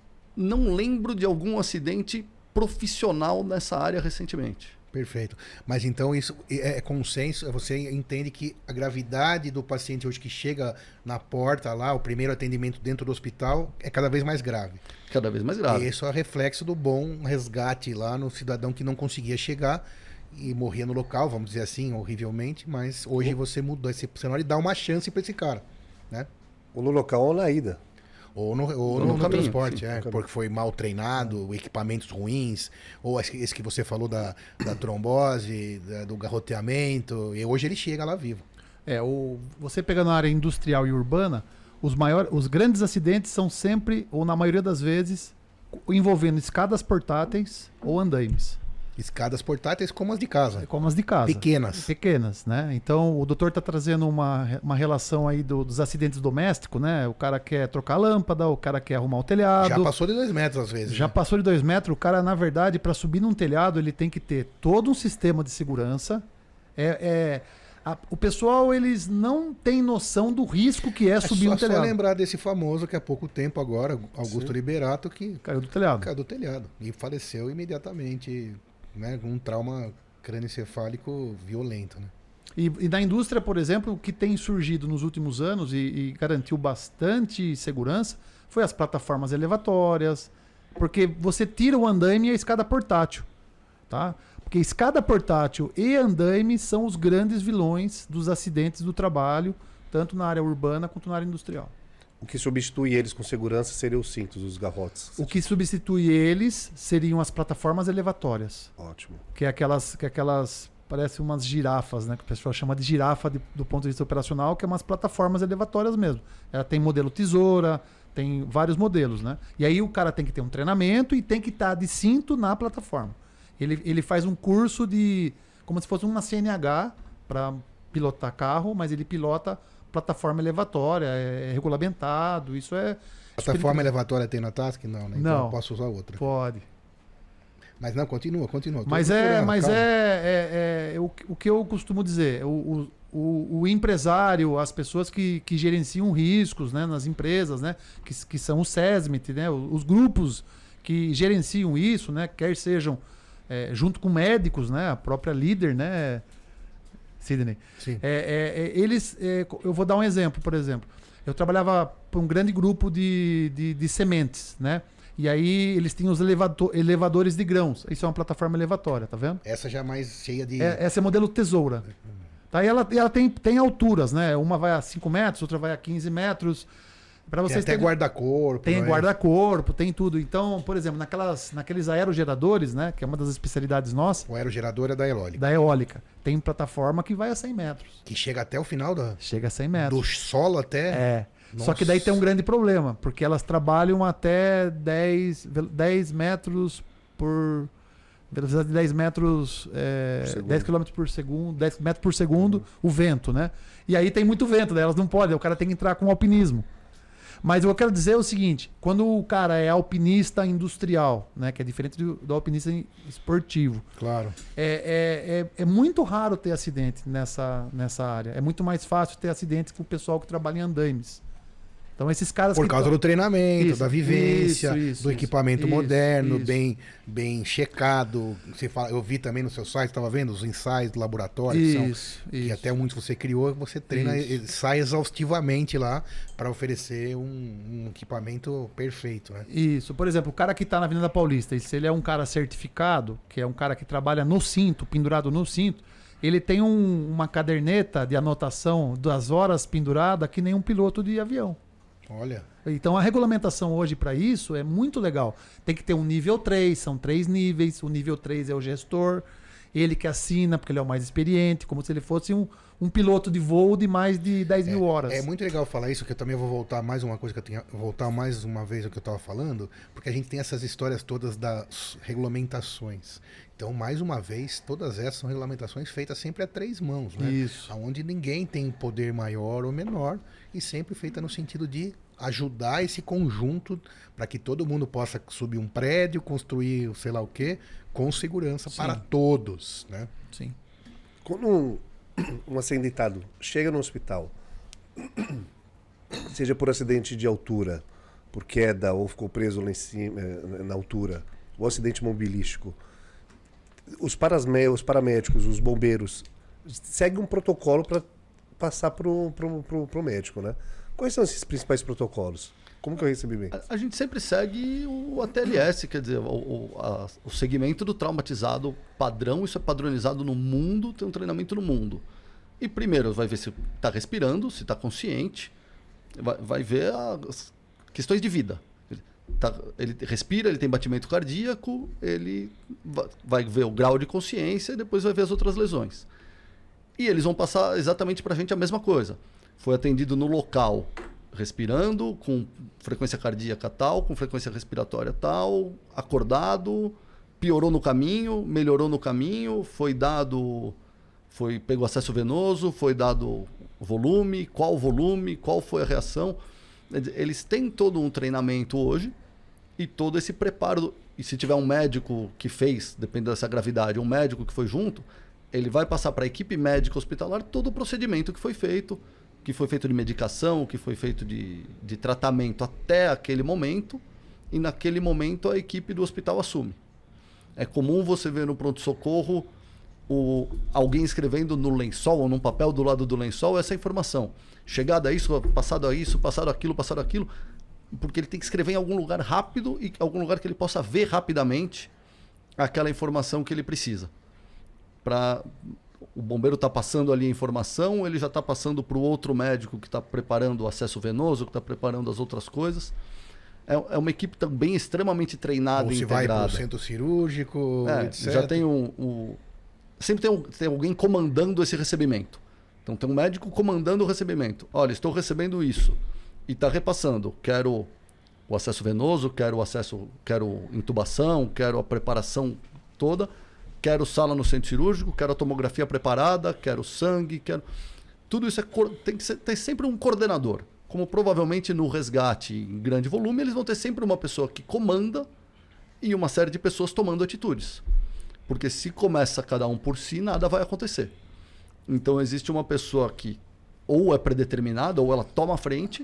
Não lembro de algum acidente profissional nessa área recentemente. Perfeito. Mas então isso é consenso, você entende que a gravidade do paciente hoje que chega na porta lá, o primeiro atendimento dentro do hospital, é cada vez mais grave. Cada vez mais grave. E isso é reflexo do bom resgate lá no cidadão que não conseguia chegar e morria no local, vamos dizer assim, horrivelmente, mas hoje você mudou esse cenário e dá uma chance para esse cara, né? Ou no local ou na ida. Ou no, ou no no, no caminho, transporte, sim, é, porque foi mal treinado, equipamentos ruins, ou esse, esse que você falou da, da trombose, da, do garroteamento, e hoje ele chega lá vivo. É, o, você pegando a área industrial e urbana, os, maiores, os grandes acidentes são sempre, ou na maioria das vezes, envolvendo escadas portáteis ou andaimes. Escadas portáteis como as de casa. Como as de casa. Pequenas. Pequenas, né? Então, o doutor está trazendo uma, uma relação aí do, dos acidentes domésticos, né? O cara quer trocar a lâmpada, o cara quer arrumar o telhado. Já passou de dois metros às vezes. Já né? passou de dois metros. O cara, na verdade, para subir num telhado, ele tem que ter todo um sistema de segurança. É, é, a, o pessoal, eles não têm noção do risco que é, É subir só, um telhado. só lembrar desse famoso que há pouco tempo agora, Augusto Sim. Liberato, que Caiu do telhado. caiu do telhado e faleceu imediatamente, né, com um trauma crânioencefálico violento, né? E, e na indústria, por exemplo, o que tem surgido nos últimos anos e, e garantiu bastante segurança foi as plataformas elevatórias, porque você tira o andaime e a escada portátil, tá? Porque escada portátil e andaime são os grandes vilões dos acidentes do trabalho, tanto na área urbana quanto na área industrial. O que substitui eles com segurança seriam os cintos, os garrotes. O que substitui eles seriam as plataformas elevatórias, Ótimo. que é aquelas, que é aquelas parece umas girafas, né? Que o pessoal chama de girafa de, do ponto de vista operacional, que é umas plataformas elevatórias mesmo. Ela tem modelo tesoura, tem vários modelos, né? E aí o cara tem que ter um treinamento e tem que estar de cinto na plataforma. Ele, ele faz um curso de... como se fosse uma C N H para pilotar carro, mas ele pilota plataforma elevatória, é regulamentado, isso é... Plataforma elevatória tem na Task? Não, né? Então Não. eu posso usar outra. Pode. Mas não, continua, continua. Tô Mas é, procurando, mas calma. é, é, é o, o que eu costumo dizer, o, o, o empresário, as pessoas que, que gerenciam riscos, né, nas empresas, né, que, que são o SESMIT, né, os grupos que gerenciam isso, né, quer sejam é, junto com médicos, né, a própria líder, né, Sidney, Sim. é, é, é, eles, é, eu vou dar um exemplo, por exemplo, eu trabalhava para um grande grupo de, de, de sementes, né, e aí eles tinham os elevador, elevadores de grãos. Isso é uma plataforma elevatória, tá vendo? Essa já é mais cheia de... É, essa é modelo tesoura. Tá? E ela, e ela tem, tem alturas, né? Uma vai a cinco metros, outra vai a quinze metros. Para Tem vocês até terem- guarda-corpo. Tem não é? guarda-corpo, tem tudo. Então, por exemplo, naquelas, naqueles aerogeradores, né? Que é uma das especialidades nossas, O aerogerador é da eólica. da eólica. Tem plataforma que vai a cem metros. Que chega até o final da, Chega a cem metros. do solo até... É. Nossa. Só que daí tem um grande problema, porque elas trabalham até dez, vel- dez metros por. Velocidade de dez metros. É, Por segundo. dez quilômetros por segundo, dez metros por segundo, o vento, né? E aí tem muito vento, daí elas não podem, o cara tem que entrar com alpinismo. Mas o que eu quero dizer é o seguinte, quando o cara é alpinista industrial, né, que é diferente do, do alpinista esportivo, Claro. é, é, é, é muito raro ter acidente nessa, nessa área. É muito mais fácil ter acidentes com o pessoal que trabalha em andaimes. Então esses caras Por que causa tão- do treinamento, Isso, da vivência, isso, isso, do equipamento isso, moderno, isso. bem bem checado. Você fala, eu vi também no seu site, estava vendo os ensaios do laboratório, que, são, Isso, que isso. até muitos você criou, você treina, Isso. ele sai exaustivamente lá para oferecer um, um equipamento perfeito, né? Isso. Por exemplo, o cara que está na Avenida Paulista, e se ele é um cara certificado, que é um cara que trabalha no cinto, pendurado no cinto, ele tem um- uma caderneta de anotação das horas pendurada que nem um piloto de avião. Olha, Então a regulamentação hoje para isso é muito legal. Tem que ter um nível três, são três níveis. O nível três é o gestor, ele que assina, porque ele é o mais experiente, como se ele fosse um, um piloto de voo de mais de dez mil horas. é muito legal falar isso, que eu também vou voltar mais uma coisa que eu tinha, voltar mais uma vez ao que eu estava falando, porque a gente tem essas histórias todas das regulamentações. Então, mais uma vez, todas essas são regulamentações feitas sempre a três mãos, né? Isso. Onde ninguém tem poder maior ou menor e sempre feita no sentido de ajudar esse conjunto para que todo mundo possa subir um prédio, construir sei lá o quê, com segurança Sim. para todos, né? Sim. Quando um, um acidentado chega no hospital, seja por acidente de altura, por queda ou ficou preso lá em cima, eh, na altura, ou acidente mobilístico, os, parasmé- os paramédicos, os bombeiros, seguem um protocolo para passar pro, pro, pro, pro médico, né? Quais são esses principais protocolos? Como que eu recebi bem? A, a gente sempre segue o A T L S, quer dizer, o, o, a- o segmento do traumatizado padrão, isso é padronizado no mundo, tem um treinamento no mundo. E primeiro vai ver se está respirando, se está consciente, vai, vai ver as questões de vida. Tá, ele respira, ele tem batimento cardíaco, ele va- vai ver o grau de consciência e depois vai ver as outras lesões. E eles vão passar exatamente para a gente a mesma coisa. Foi atendido no local, respirando, com frequência cardíaca tal, com frequência respiratória tal, acordado, piorou no caminho, melhorou no caminho, foi dado, foi pegou acesso venoso, foi dado volume, qual volume, qual foi a reação. Eles têm todo um treinamento hoje e todo esse preparo. E se tiver um médico que fez, dependendo dessa gravidade, um médico que foi junto, ele vai passar para a equipe médica hospitalar todo o procedimento que foi feito, que foi feito de medicação, que foi feito de, de tratamento até aquele momento, e naquele momento a equipe do hospital assume. É comum você ver no pronto-socorro o, alguém escrevendo no lençol ou num papel do lado do lençol essa informação. Chegada a isso, passado a isso, passado aquilo, passado aquilo, porque ele tem que escrever em algum lugar rápido e algum lugar que ele possa ver rapidamente aquela informação que ele precisa. Pra, o bombeiro está passando ali a informação, ele já está passando para o outro médico que está preparando o acesso venoso, que está preparando as outras coisas. É, é uma equipe também extremamente treinada Ou e se vai integrada. para o centro cirúrgico, É, etcétera. já tem um, um- sempre tem, um- tem alguém comandando esse recebimento. Então tem um médico comandando o recebimento. Olha, estou recebendo isso e está repassando. Quero o acesso venoso, quero o acesso, quero intubação, quero a preparação toda, quero sala no centro cirúrgico, quero a tomografia preparada, quero sangue, quero tudo isso é cor- tem que ser, tem sempre um coordenador. Como provavelmente no resgate em grande volume, eles vão ter sempre uma pessoa que comanda e uma série de pessoas tomando atitudes. Porque se começa cada um por si, nada vai acontecer. Então existe uma pessoa que ou é predeterminada, ou ela toma a frente,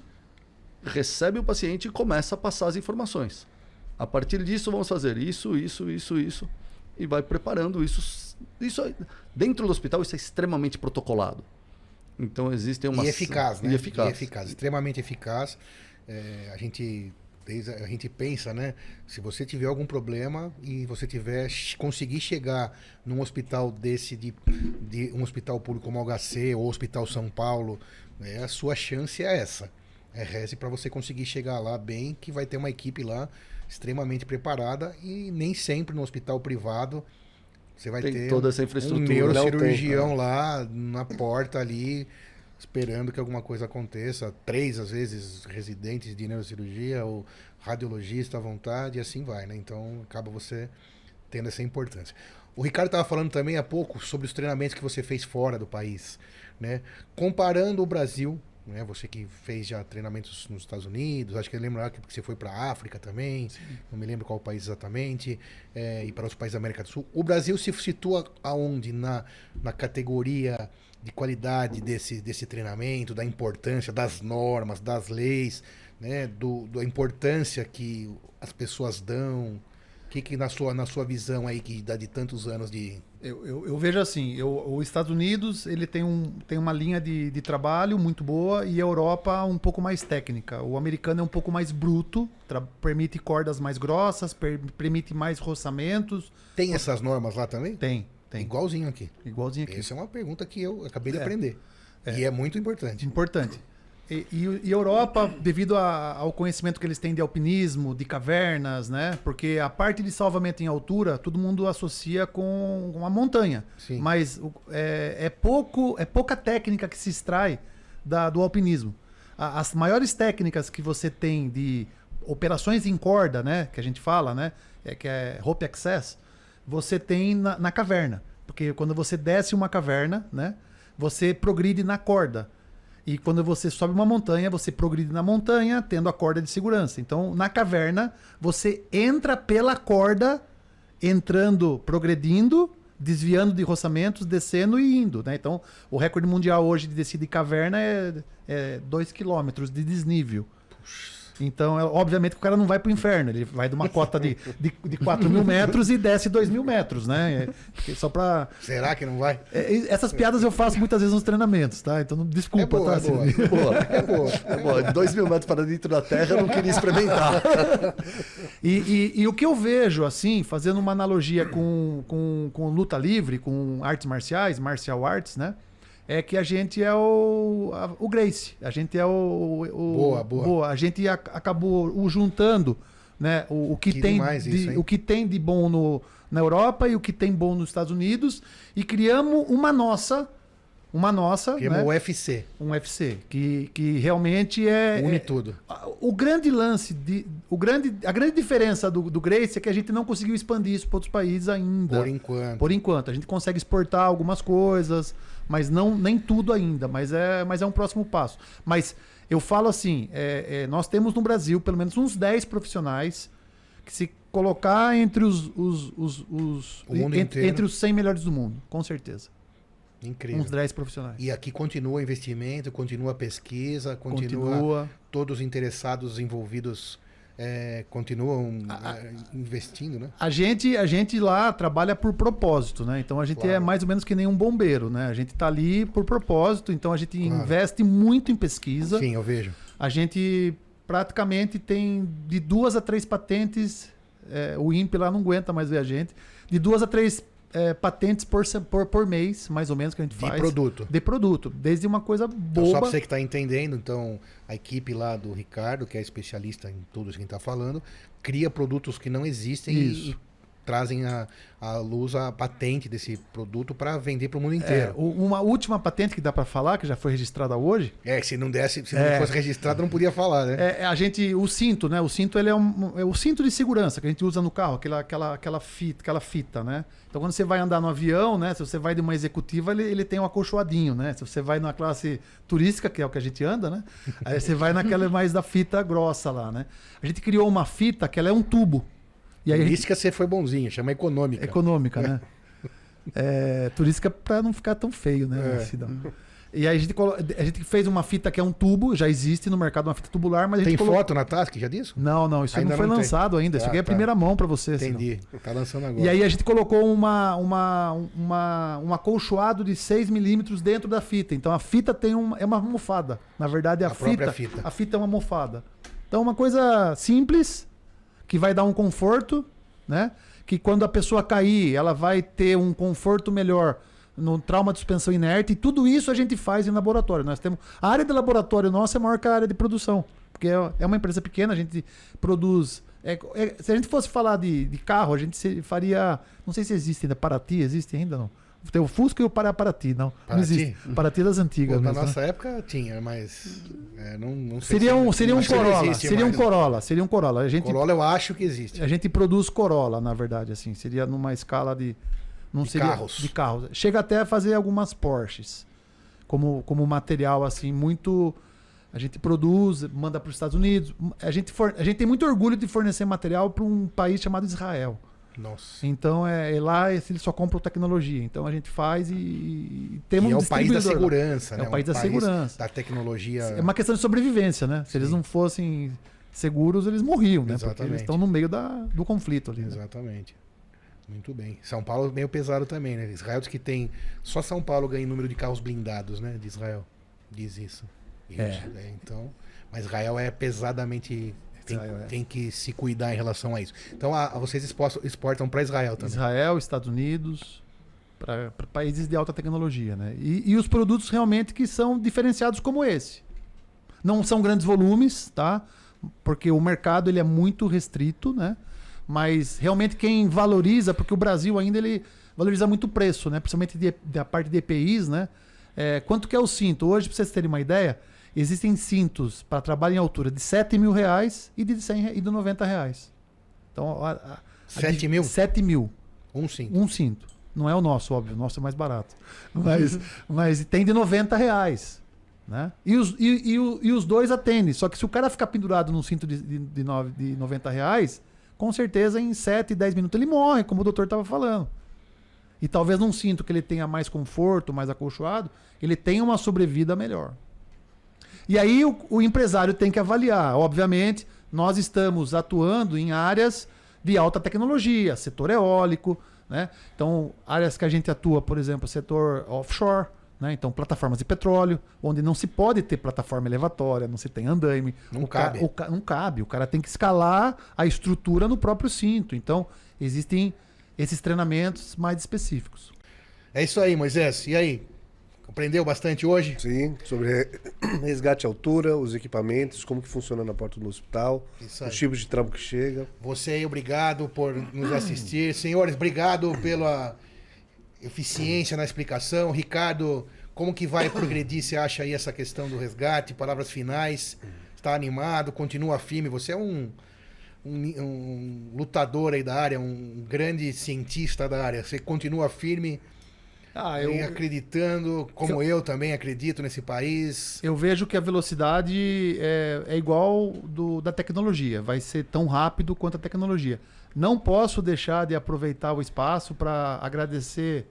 recebe o paciente e começa a passar as informações. A partir disso, vamos fazer isso, isso, isso, isso, e vai preparando isso. Isso é- dentro do hospital, isso é extremamente protocolado. Então existem uma E eficaz, né? E eficaz. E eficaz, extremamente eficaz. É, a gente desde a a gente pensa, né? Se você tiver algum problema e você tiver conseguir chegar num hospital desse de, de um hospital público como o H C ou Hospital São Paulo, né, a sua chance é essa. É reze para você conseguir chegar lá bem, que vai ter uma equipe lá extremamente preparada e nem sempre no hospital privado você vai Tem ter toda essa um infraestrutura. neurocirurgião Não lá na porta ali esperando que alguma coisa aconteça. Três, às vezes, residentes de neurocirurgia ou radiologista à vontade e assim vai, né? Então, acaba você tendo essa importância. O Ricardo estava falando também há pouco sobre os treinamentos que você fez fora do país, né? Comparando o Brasil né? Você que fez já treinamentos nos Estados Unidos, acho que eu lembro que você foi para a África também, Sim. não me lembro qual país exatamente, é, e para os países da América do Sul. O Brasil se situa aonde na, na categoria de qualidade desse, desse treinamento, da importância das normas, das leis, né? do, da importância que as pessoas dão? O que, que na, sua, na sua visão aí, que dá de tantos anos de... Eu, eu, eu vejo assim, eu, os Estados Unidos ele tem, um, tem uma linha de, de trabalho muito boa e a Europa um pouco mais técnica. O americano é um pouco mais bruto, permite cordas mais grossas, per, permite mais roçamentos. Tem essas normas lá também? Tem, tem. Igualzinho aqui? Igualzinho aqui. Essa é uma pergunta que eu acabei de é, aprender. É. E é muito importante. Importante. E, e, e Europa, devido a, ao conhecimento que eles têm de alpinismo, de cavernas, né? Porque a parte de salvamento em altura, todo mundo associa com uma montanha. Sim. Mas é, é, pouco, é pouca técnica que se extrai da, do alpinismo. A, as maiores técnicas que você tem de operações em corda, né? Que a gente fala, né? É, que é rope access, você tem na, na caverna. Porque quando você desce uma caverna, né? Você progride na corda. E quando você sobe uma montanha, você progride na montanha, tendo a corda de segurança. Então, na caverna, você entra pela corda, entrando, progredindo, desviando de roçamentos, descendo e indo, né? Então, o recorde mundial hoje de descida de caverna é dois quilômetros de desnível. Então, é, obviamente, que o cara não vai pro inferno. Ele vai de uma cota de, de, de quatro mil metros e desce dois mil metros, né? É, só pra... Será que não vai? É, essas piadas eu faço muitas vezes nos treinamentos, tá? Então, não, desculpa, é boa, tá? É boa, é boa, é boa, é boa. dois mil metros para dentro da terra, eu não queria experimentar. e, e, e o que eu vejo, assim, fazendo uma analogia com, com, com luta livre, com artes marciais, martial arts, né? É que a gente é o, a, o Gracie. A gente é o... o boa, boa. boa. A gente a, acabou o, juntando, né, o, o, que que tem de, isso, o que tem de bom no, na Europa e o que tem bom nos Estados Unidos e criamos uma nossa... Uma nossa... Criamos né, o U F C. Um U F C. Que, que realmente é... Une é, tudo. O grande lance, de, o grande, a grande diferença do, do Gracie é que a gente não conseguiu expandir isso para outros países ainda. Por enquanto. Por enquanto. A gente consegue exportar algumas coisas, mas não nem tudo ainda. Mas é, mas é um próximo passo. Mas eu falo assim, é, é, nós temos no Brasil pelo menos uns dez profissionais que se colocar entre os, os, os, os o mundo entre, inteiro. entre os cem melhores do mundo, com certeza. Incrível. Uns dez profissionais. E aqui continua investimento, continua pesquisa, continua, Continua. todos os interessados envolvidos é, continuam A- é, investindo, né? A gente, a gente lá trabalha por propósito, né? Então a gente Claro. é mais ou menos que nem um bombeiro, né? A gente está ali por propósito, então a gente Claro. investe muito em pesquisa. Sim, eu vejo. A gente praticamente tem de duas a três patentes, é, o INPE lá não aguenta mais ver a gente, de duas a três é, patentes por, se- por, por mês, mais ou menos, que a gente De faz. produto. De produto. Desde uma coisa Então, só boba. para você que está entendendo, então a equipe lá do Ricardo, que é especialista em tudo isso que a gente está falando, cria produtos que não existem e, Isso. e trazem à à luz a patente desse produto para vender para o mundo É, inteiro. o- uma última patente que dá para falar, que já foi registrada hoje, É, se não desse, se É. não fosse registrado, não podia falar, né? É, a gente, o cinto, né? O cinto ele é, um, é o cinto de segurança que a gente usa no carro, aquela, aquela, aquela, fita, aquela fita, né? Então quando você vai andar no avião, né? Se você vai de uma executiva, ele, ele tem um acolchoadinho, né? Se você vai numa classe turística, que é o que a gente anda, né? Aí você vai naquela mais da fita grossa lá, né? A gente criou uma fita que ela é um tubo. E aí a gente- Turística você foi bonzinho, chama econômica. econômica, né? É, turística para não ficar tão feio, né? É. Assim, não. E aí a gente, colo- a gente fez uma fita que é um tubo, já existe no mercado uma fita tubular, mas a Tem gente colocou... foto na Task já disso? Não, não, isso aí Ainda não foi não tem. lançado ainda. Isso Ah, aqui é a tá. primeira mão para você. assim, não. Entendi. Tá lançando agora. E aí a gente colocou uma, uma, uma, um acolchoado de seis milímetros dentro da fita. Então a fita tem um, é uma almofada. Na verdade, a, A fita, própria fita. a fita é uma almofada. Então uma coisa simples, que vai dar um conforto, né? Que quando a pessoa cair, ela vai ter um conforto melhor no trauma de suspensão inerte. E tudo isso a gente faz em laboratório. Nós temos a área de laboratório nossa é maior que a área de produção, porque é é uma empresa pequena, a gente produz. é- é- se a gente fosse falar de, de carro, a gente se- faria. Não sei se existe ainda. Paraty existe ainda não? Tem o Fusca e o Para- Paraty, não. Não Paraty? existe. Paraty é das antigas. Pô, na mesmo, né? nossa época tinha, mas é, não, não sei Seria se- um, seria um acho que não Corolla. existe Seria um mais. Corolla. Seria um Corolla. A gente, Corolla eu acho que existe. a gente produz Corolla, na verdade, assim. Seria numa escala de. Não De seria, carros. De carros. Chega até a fazer algumas Porsches. Como, como material, assim, muito. A gente produz, manda para os Estados Unidos. A gente, for, a gente tem muito orgulho de fornecer material para um país chamado Israel. Nossa. Então, é, é lá eles só compram tecnologia. Então, a gente faz e, e temos e um é o país da distribuidor lá. segurança, né? É o país da segurança. Da tecnologia. É uma questão de sobrevivência, né? Se Sim. eles não fossem seguros, eles morriam, né? Porque Exatamente. eles estão no meio da, do conflito ali. Né? Exatamente. Muito bem. São Paulo meio pesado também, né? Israel diz que tem... Só São Paulo ganha em número de carros blindados, né? De Israel. Diz isso. Isso, É. é, então... Mas Israel é pesadamente... Tem, Israel é. tem que se cuidar em relação a isso. Então, a, a vocês exportam, exportam para Israel também. Israel, Estados Unidos, para países de alta tecnologia, né? E, e os produtos realmente que são diferenciados como esse. Não são grandes volumes, tá? Porque o mercado ele é muito restrito, né? Mas realmente quem valoriza, porque o Brasil ainda ele valoriza muito o preço, né? Principalmente de, da parte de E P Is, né? É, quanto que é o cinto? Hoje, para vocês terem uma ideia, existem cintos para trabalho em altura de sete mil reais e de cem e de noventa reais. Então, a, a, a, sete mil? sete mil. Um sim. Um cinto. Não é o nosso, óbvio. O nosso é mais barato. Mas, mas tem de noventa reais. Né? E, os, e, e, o- e os dois atendem. Só que se o cara ficar pendurado num cinto de, de, de, nove- de noventa reais, com certeza em sete, dez minutos ele morre, como o doutor estava falando. E talvez num cinto que ele tenha mais conforto, mais acolchoado, ele tenha uma sobrevida melhor. E aí o, o empresário tem que avaliar. Obviamente, nós estamos atuando em áreas de alta tecnologia, setor eólico, né? Então, áreas que a gente atua, por exemplo, setor offshore, né? Então, plataformas de petróleo, onde não se pode ter plataforma elevatória, não se tem andaime. Não O ca- cabe. o ca- não cabe. O cara tem que escalar a estrutura no próprio cinto. Então, existem esses treinamentos mais específicos. É isso aí, Moisés. E aí? Aprendeu bastante hoje? Sim, sobre re- resgate à altura, os equipamentos, como que funciona na porta do hospital, Isso aí. os tipos de trampo que chega. Você aí, obrigado por nos assistir. Senhores, obrigado pela eficiência na explicação. Ricardo, como que vai progredir, você acha aí, essa questão do resgate? Palavras finais. Está animado, continua firme. Você é um, um, um lutador aí da área, um grande cientista da área. Você continua firme, Ah, aí acreditando, como eu, também acredito nesse país. Eu vejo que a velocidade é, é igual do, da tecnologia, vai ser tão rápido quanto a tecnologia. Não posso deixar de aproveitar o espaço para agradecer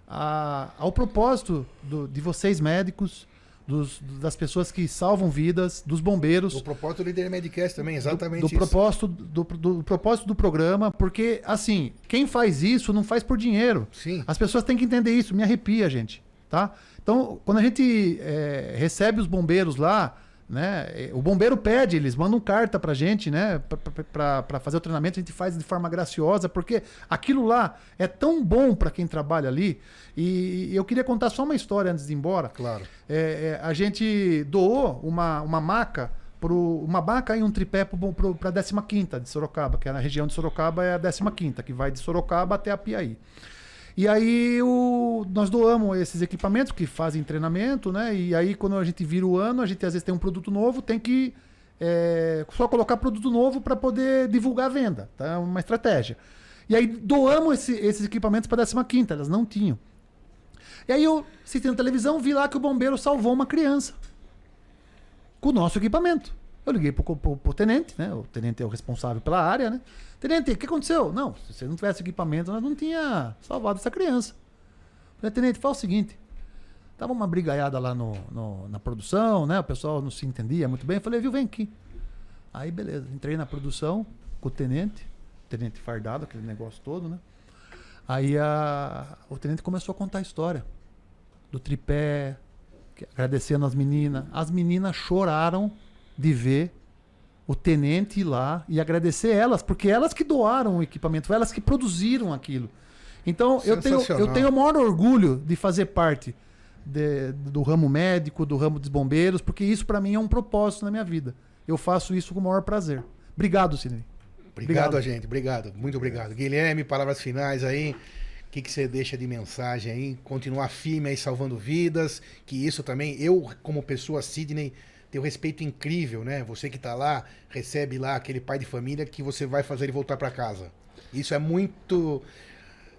a- ao propósito do- de vocês médicos, dos- das pessoas que salvam vidas, dos bombeiros. O propósito do Líder Medcast também, exatamente do, isso. propósito do, do propósito do programa, porque assim, quem faz isso não faz por dinheiro. Sim. As pessoas têm que entender isso, me arrepia, gente, tá? Então, quando a gente é, recebe os bombeiros lá, né, é, o bombeiro pede, eles mandam carta pra gente, né, pra- pra- pra pra fazer o treinamento, a gente faz de forma graciosa, porque aquilo lá é tão bom pra quem trabalha ali. E eu queria contar só uma história antes de ir embora. Claro. É, é, a gente doou uma, uma maca, pro, uma maca e um tripé para a décima quinta de Sorocaba, que é na região de Sorocaba, é a décima quinta, que vai de Sorocaba até a Piaí. E aí o, nós doamos esses equipamentos que fazem treinamento, né? E aí quando a gente vira o ano, a gente às vezes tem um produto novo, tem que é, só colocar produto novo para poder divulgar a venda, tá? É uma estratégia. E aí doamos esse- esses equipamentos para a décima quinta, elas não tinham. E aí eu assisti na televisão, vi lá que o bombeiro salvou uma criança com o nosso equipamento. Eu liguei pro, pro, pro tenente, né? O tenente é o responsável pela área, né? Tenente, o que aconteceu? Não, se você não tivesse equipamento, nós não tinha salvado essa criança. Eu falei, tenente, fala o seguinte. Tava uma brigaiada lá no, no- na produção, né? O pessoal não se entendia muito bem. Eu falei, viu, vem aqui. Aí, beleza, entrei na produção com o tenente, tenente fardado, aquele negócio todo, né? Aí a, o tenente começou a contar a história do tripé, que- agradecendo as meninas. As meninas choraram de ver o tenente ir lá e agradecer elas, porque elas que doaram o equipamento, foi elas que produziram aquilo. Então, eu tenho, Sensacional. eu tenho o maior orgulho de fazer parte de- do ramo médico, do ramo dos bombeiros, porque isso para mim é um propósito na minha vida. Eu faço isso com o maior prazer. Obrigado, Sidney. Obrigado, Obrigado. gente. Obrigado. Muito obrigado. Guilherme, palavras finais aí. O que, que você deixa de mensagem aí? Continuar firme aí, salvando vidas. Que isso também, eu, como pessoa, Sidney, tenho um respeito incrível, né? Você que tá lá, recebe lá aquele pai de família que você vai fazer ele voltar para casa. Isso é muito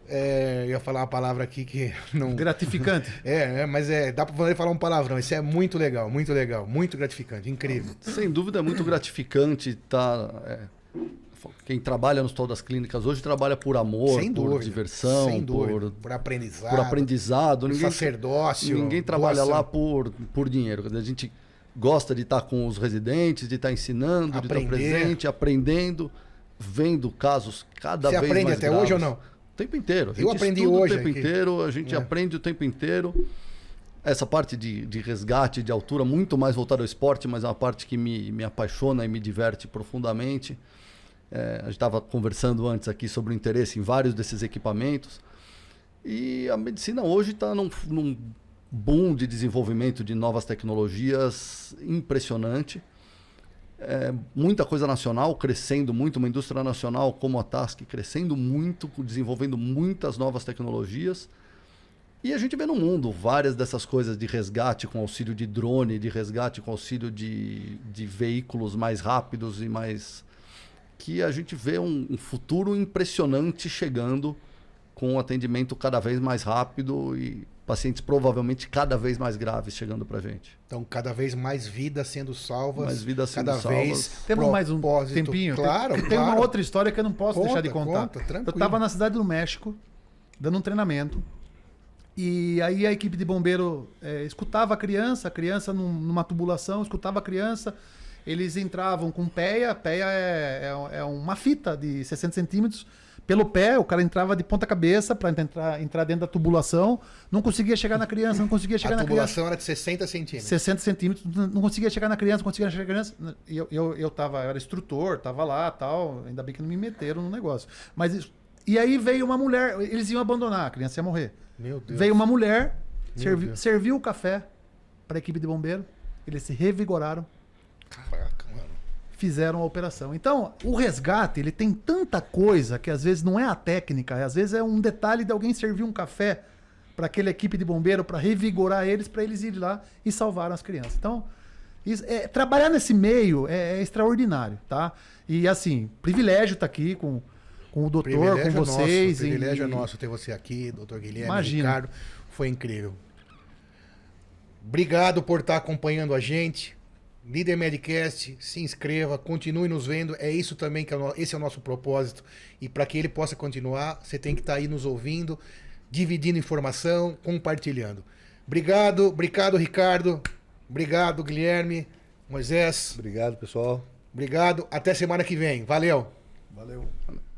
É, eu ia falar uma palavra aqui que não. Gratificante. É, é, mas é, dá pra poder falar um palavrão. Isso é muito legal, muito legal, muito gratificante, incrível. Sem dúvida é muito gratificante tá, é, quem trabalha no Hospital das Clínicas hoje trabalha por amor, Sem por dúvida, diversão, sem dúvida. por, Por aprendizado. por aprendizado. por Ninguém, sacerdócio. ninguém trabalha doação. lá por, por dinheiro. A gente gosta de estar com os residentes, de estar ensinando, de Aprender. estar presente, aprendendo, vendo casos cada Você vez aprende mais até graves. hoje ou não? O tempo inteiro. A gente Eu aprendi estuda hoje o tempo aqui. inteiro, a gente É. aprende o tempo inteiro. Essa parte de, de resgate de altura, muito mais voltada ao esporte, mas é uma parte que me, me apaixona e me diverte profundamente. É, a gente estava conversando antes aqui sobre o interesse em vários desses equipamentos. E a medicina hoje está num, num boom de desenvolvimento de novas tecnologias impressionante. É, muita coisa nacional crescendo muito, uma indústria nacional como a Task crescendo muito, desenvolvendo muitas novas tecnologias. E a gente vê no mundo várias dessas coisas de resgate com auxílio de drone, de resgate com auxílio de, de veículos mais rápidos e mais... que a gente vê um, um futuro impressionante chegando com um atendimento cada vez mais rápido e pacientes provavelmente cada vez mais graves chegando pra gente. Então, cada vez mais vidas sendo salvas. Mais vidas sendo cada salvas. vez Temos mais um propósito. tempinho? Claro, tem, claro. tem uma outra história que eu não posso Conta, deixar de contar. conta, tranquilo. Eu estava na cidade do México, dando um treinamento, e aí a equipe de bombeiro é, escutava a criança, a criança num, numa tubulação, escutava a criança, eles entravam com peia, peia é, é, é uma fita de sessenta centímetros, pelo pé, o cara entrava de ponta cabeça para entrar, entrar dentro da tubulação, não conseguia chegar na criança, não conseguia chegar A na criança. tubulação era de sessenta centímetros. sessenta centímetros, não conseguia chegar na criança, não conseguia chegar na criança. E eu, eu, eu, tava, eu era instrutor, tava lá tal, ainda bem que não me meteram no negócio. Mas isso, e aí veio uma mulher, eles iam abandonar, a criança ia morrer. Meu Deus. Veio uma mulher, Meu servi, Deus. serviu o café para a equipe de bombeiro, eles se revigoraram, Caraca, mano. fizeram a operação. Então, o resgate, ele tem tanta coisa que às vezes não é a técnica, às vezes é um detalhe de alguém servir um café para aquela equipe de bombeiro, para revigorar eles, para eles irem lá e salvar as crianças. Então, isso, é, trabalhar nesse meio é, é extraordinário, tá? E assim, privilégio estar aqui com, com o doutor, com Privilégio é vocês. nosso, privilégio e, é nosso ter você aqui, doutor Guilherme, Imagina. Ricardo. Foi incrível. Obrigado por estar acompanhando a gente. Líder Medcast, se inscreva, continue nos vendo. É isso também que é o no... esse é o nosso propósito. E para que ele possa continuar, você tem que estar aí nos ouvindo, dividindo informação, compartilhando. Obrigado, obrigado, Ricardo. Obrigado, Guilherme, Moisés. Obrigado, pessoal. Obrigado. Até semana que vem. Valeu. Valeu.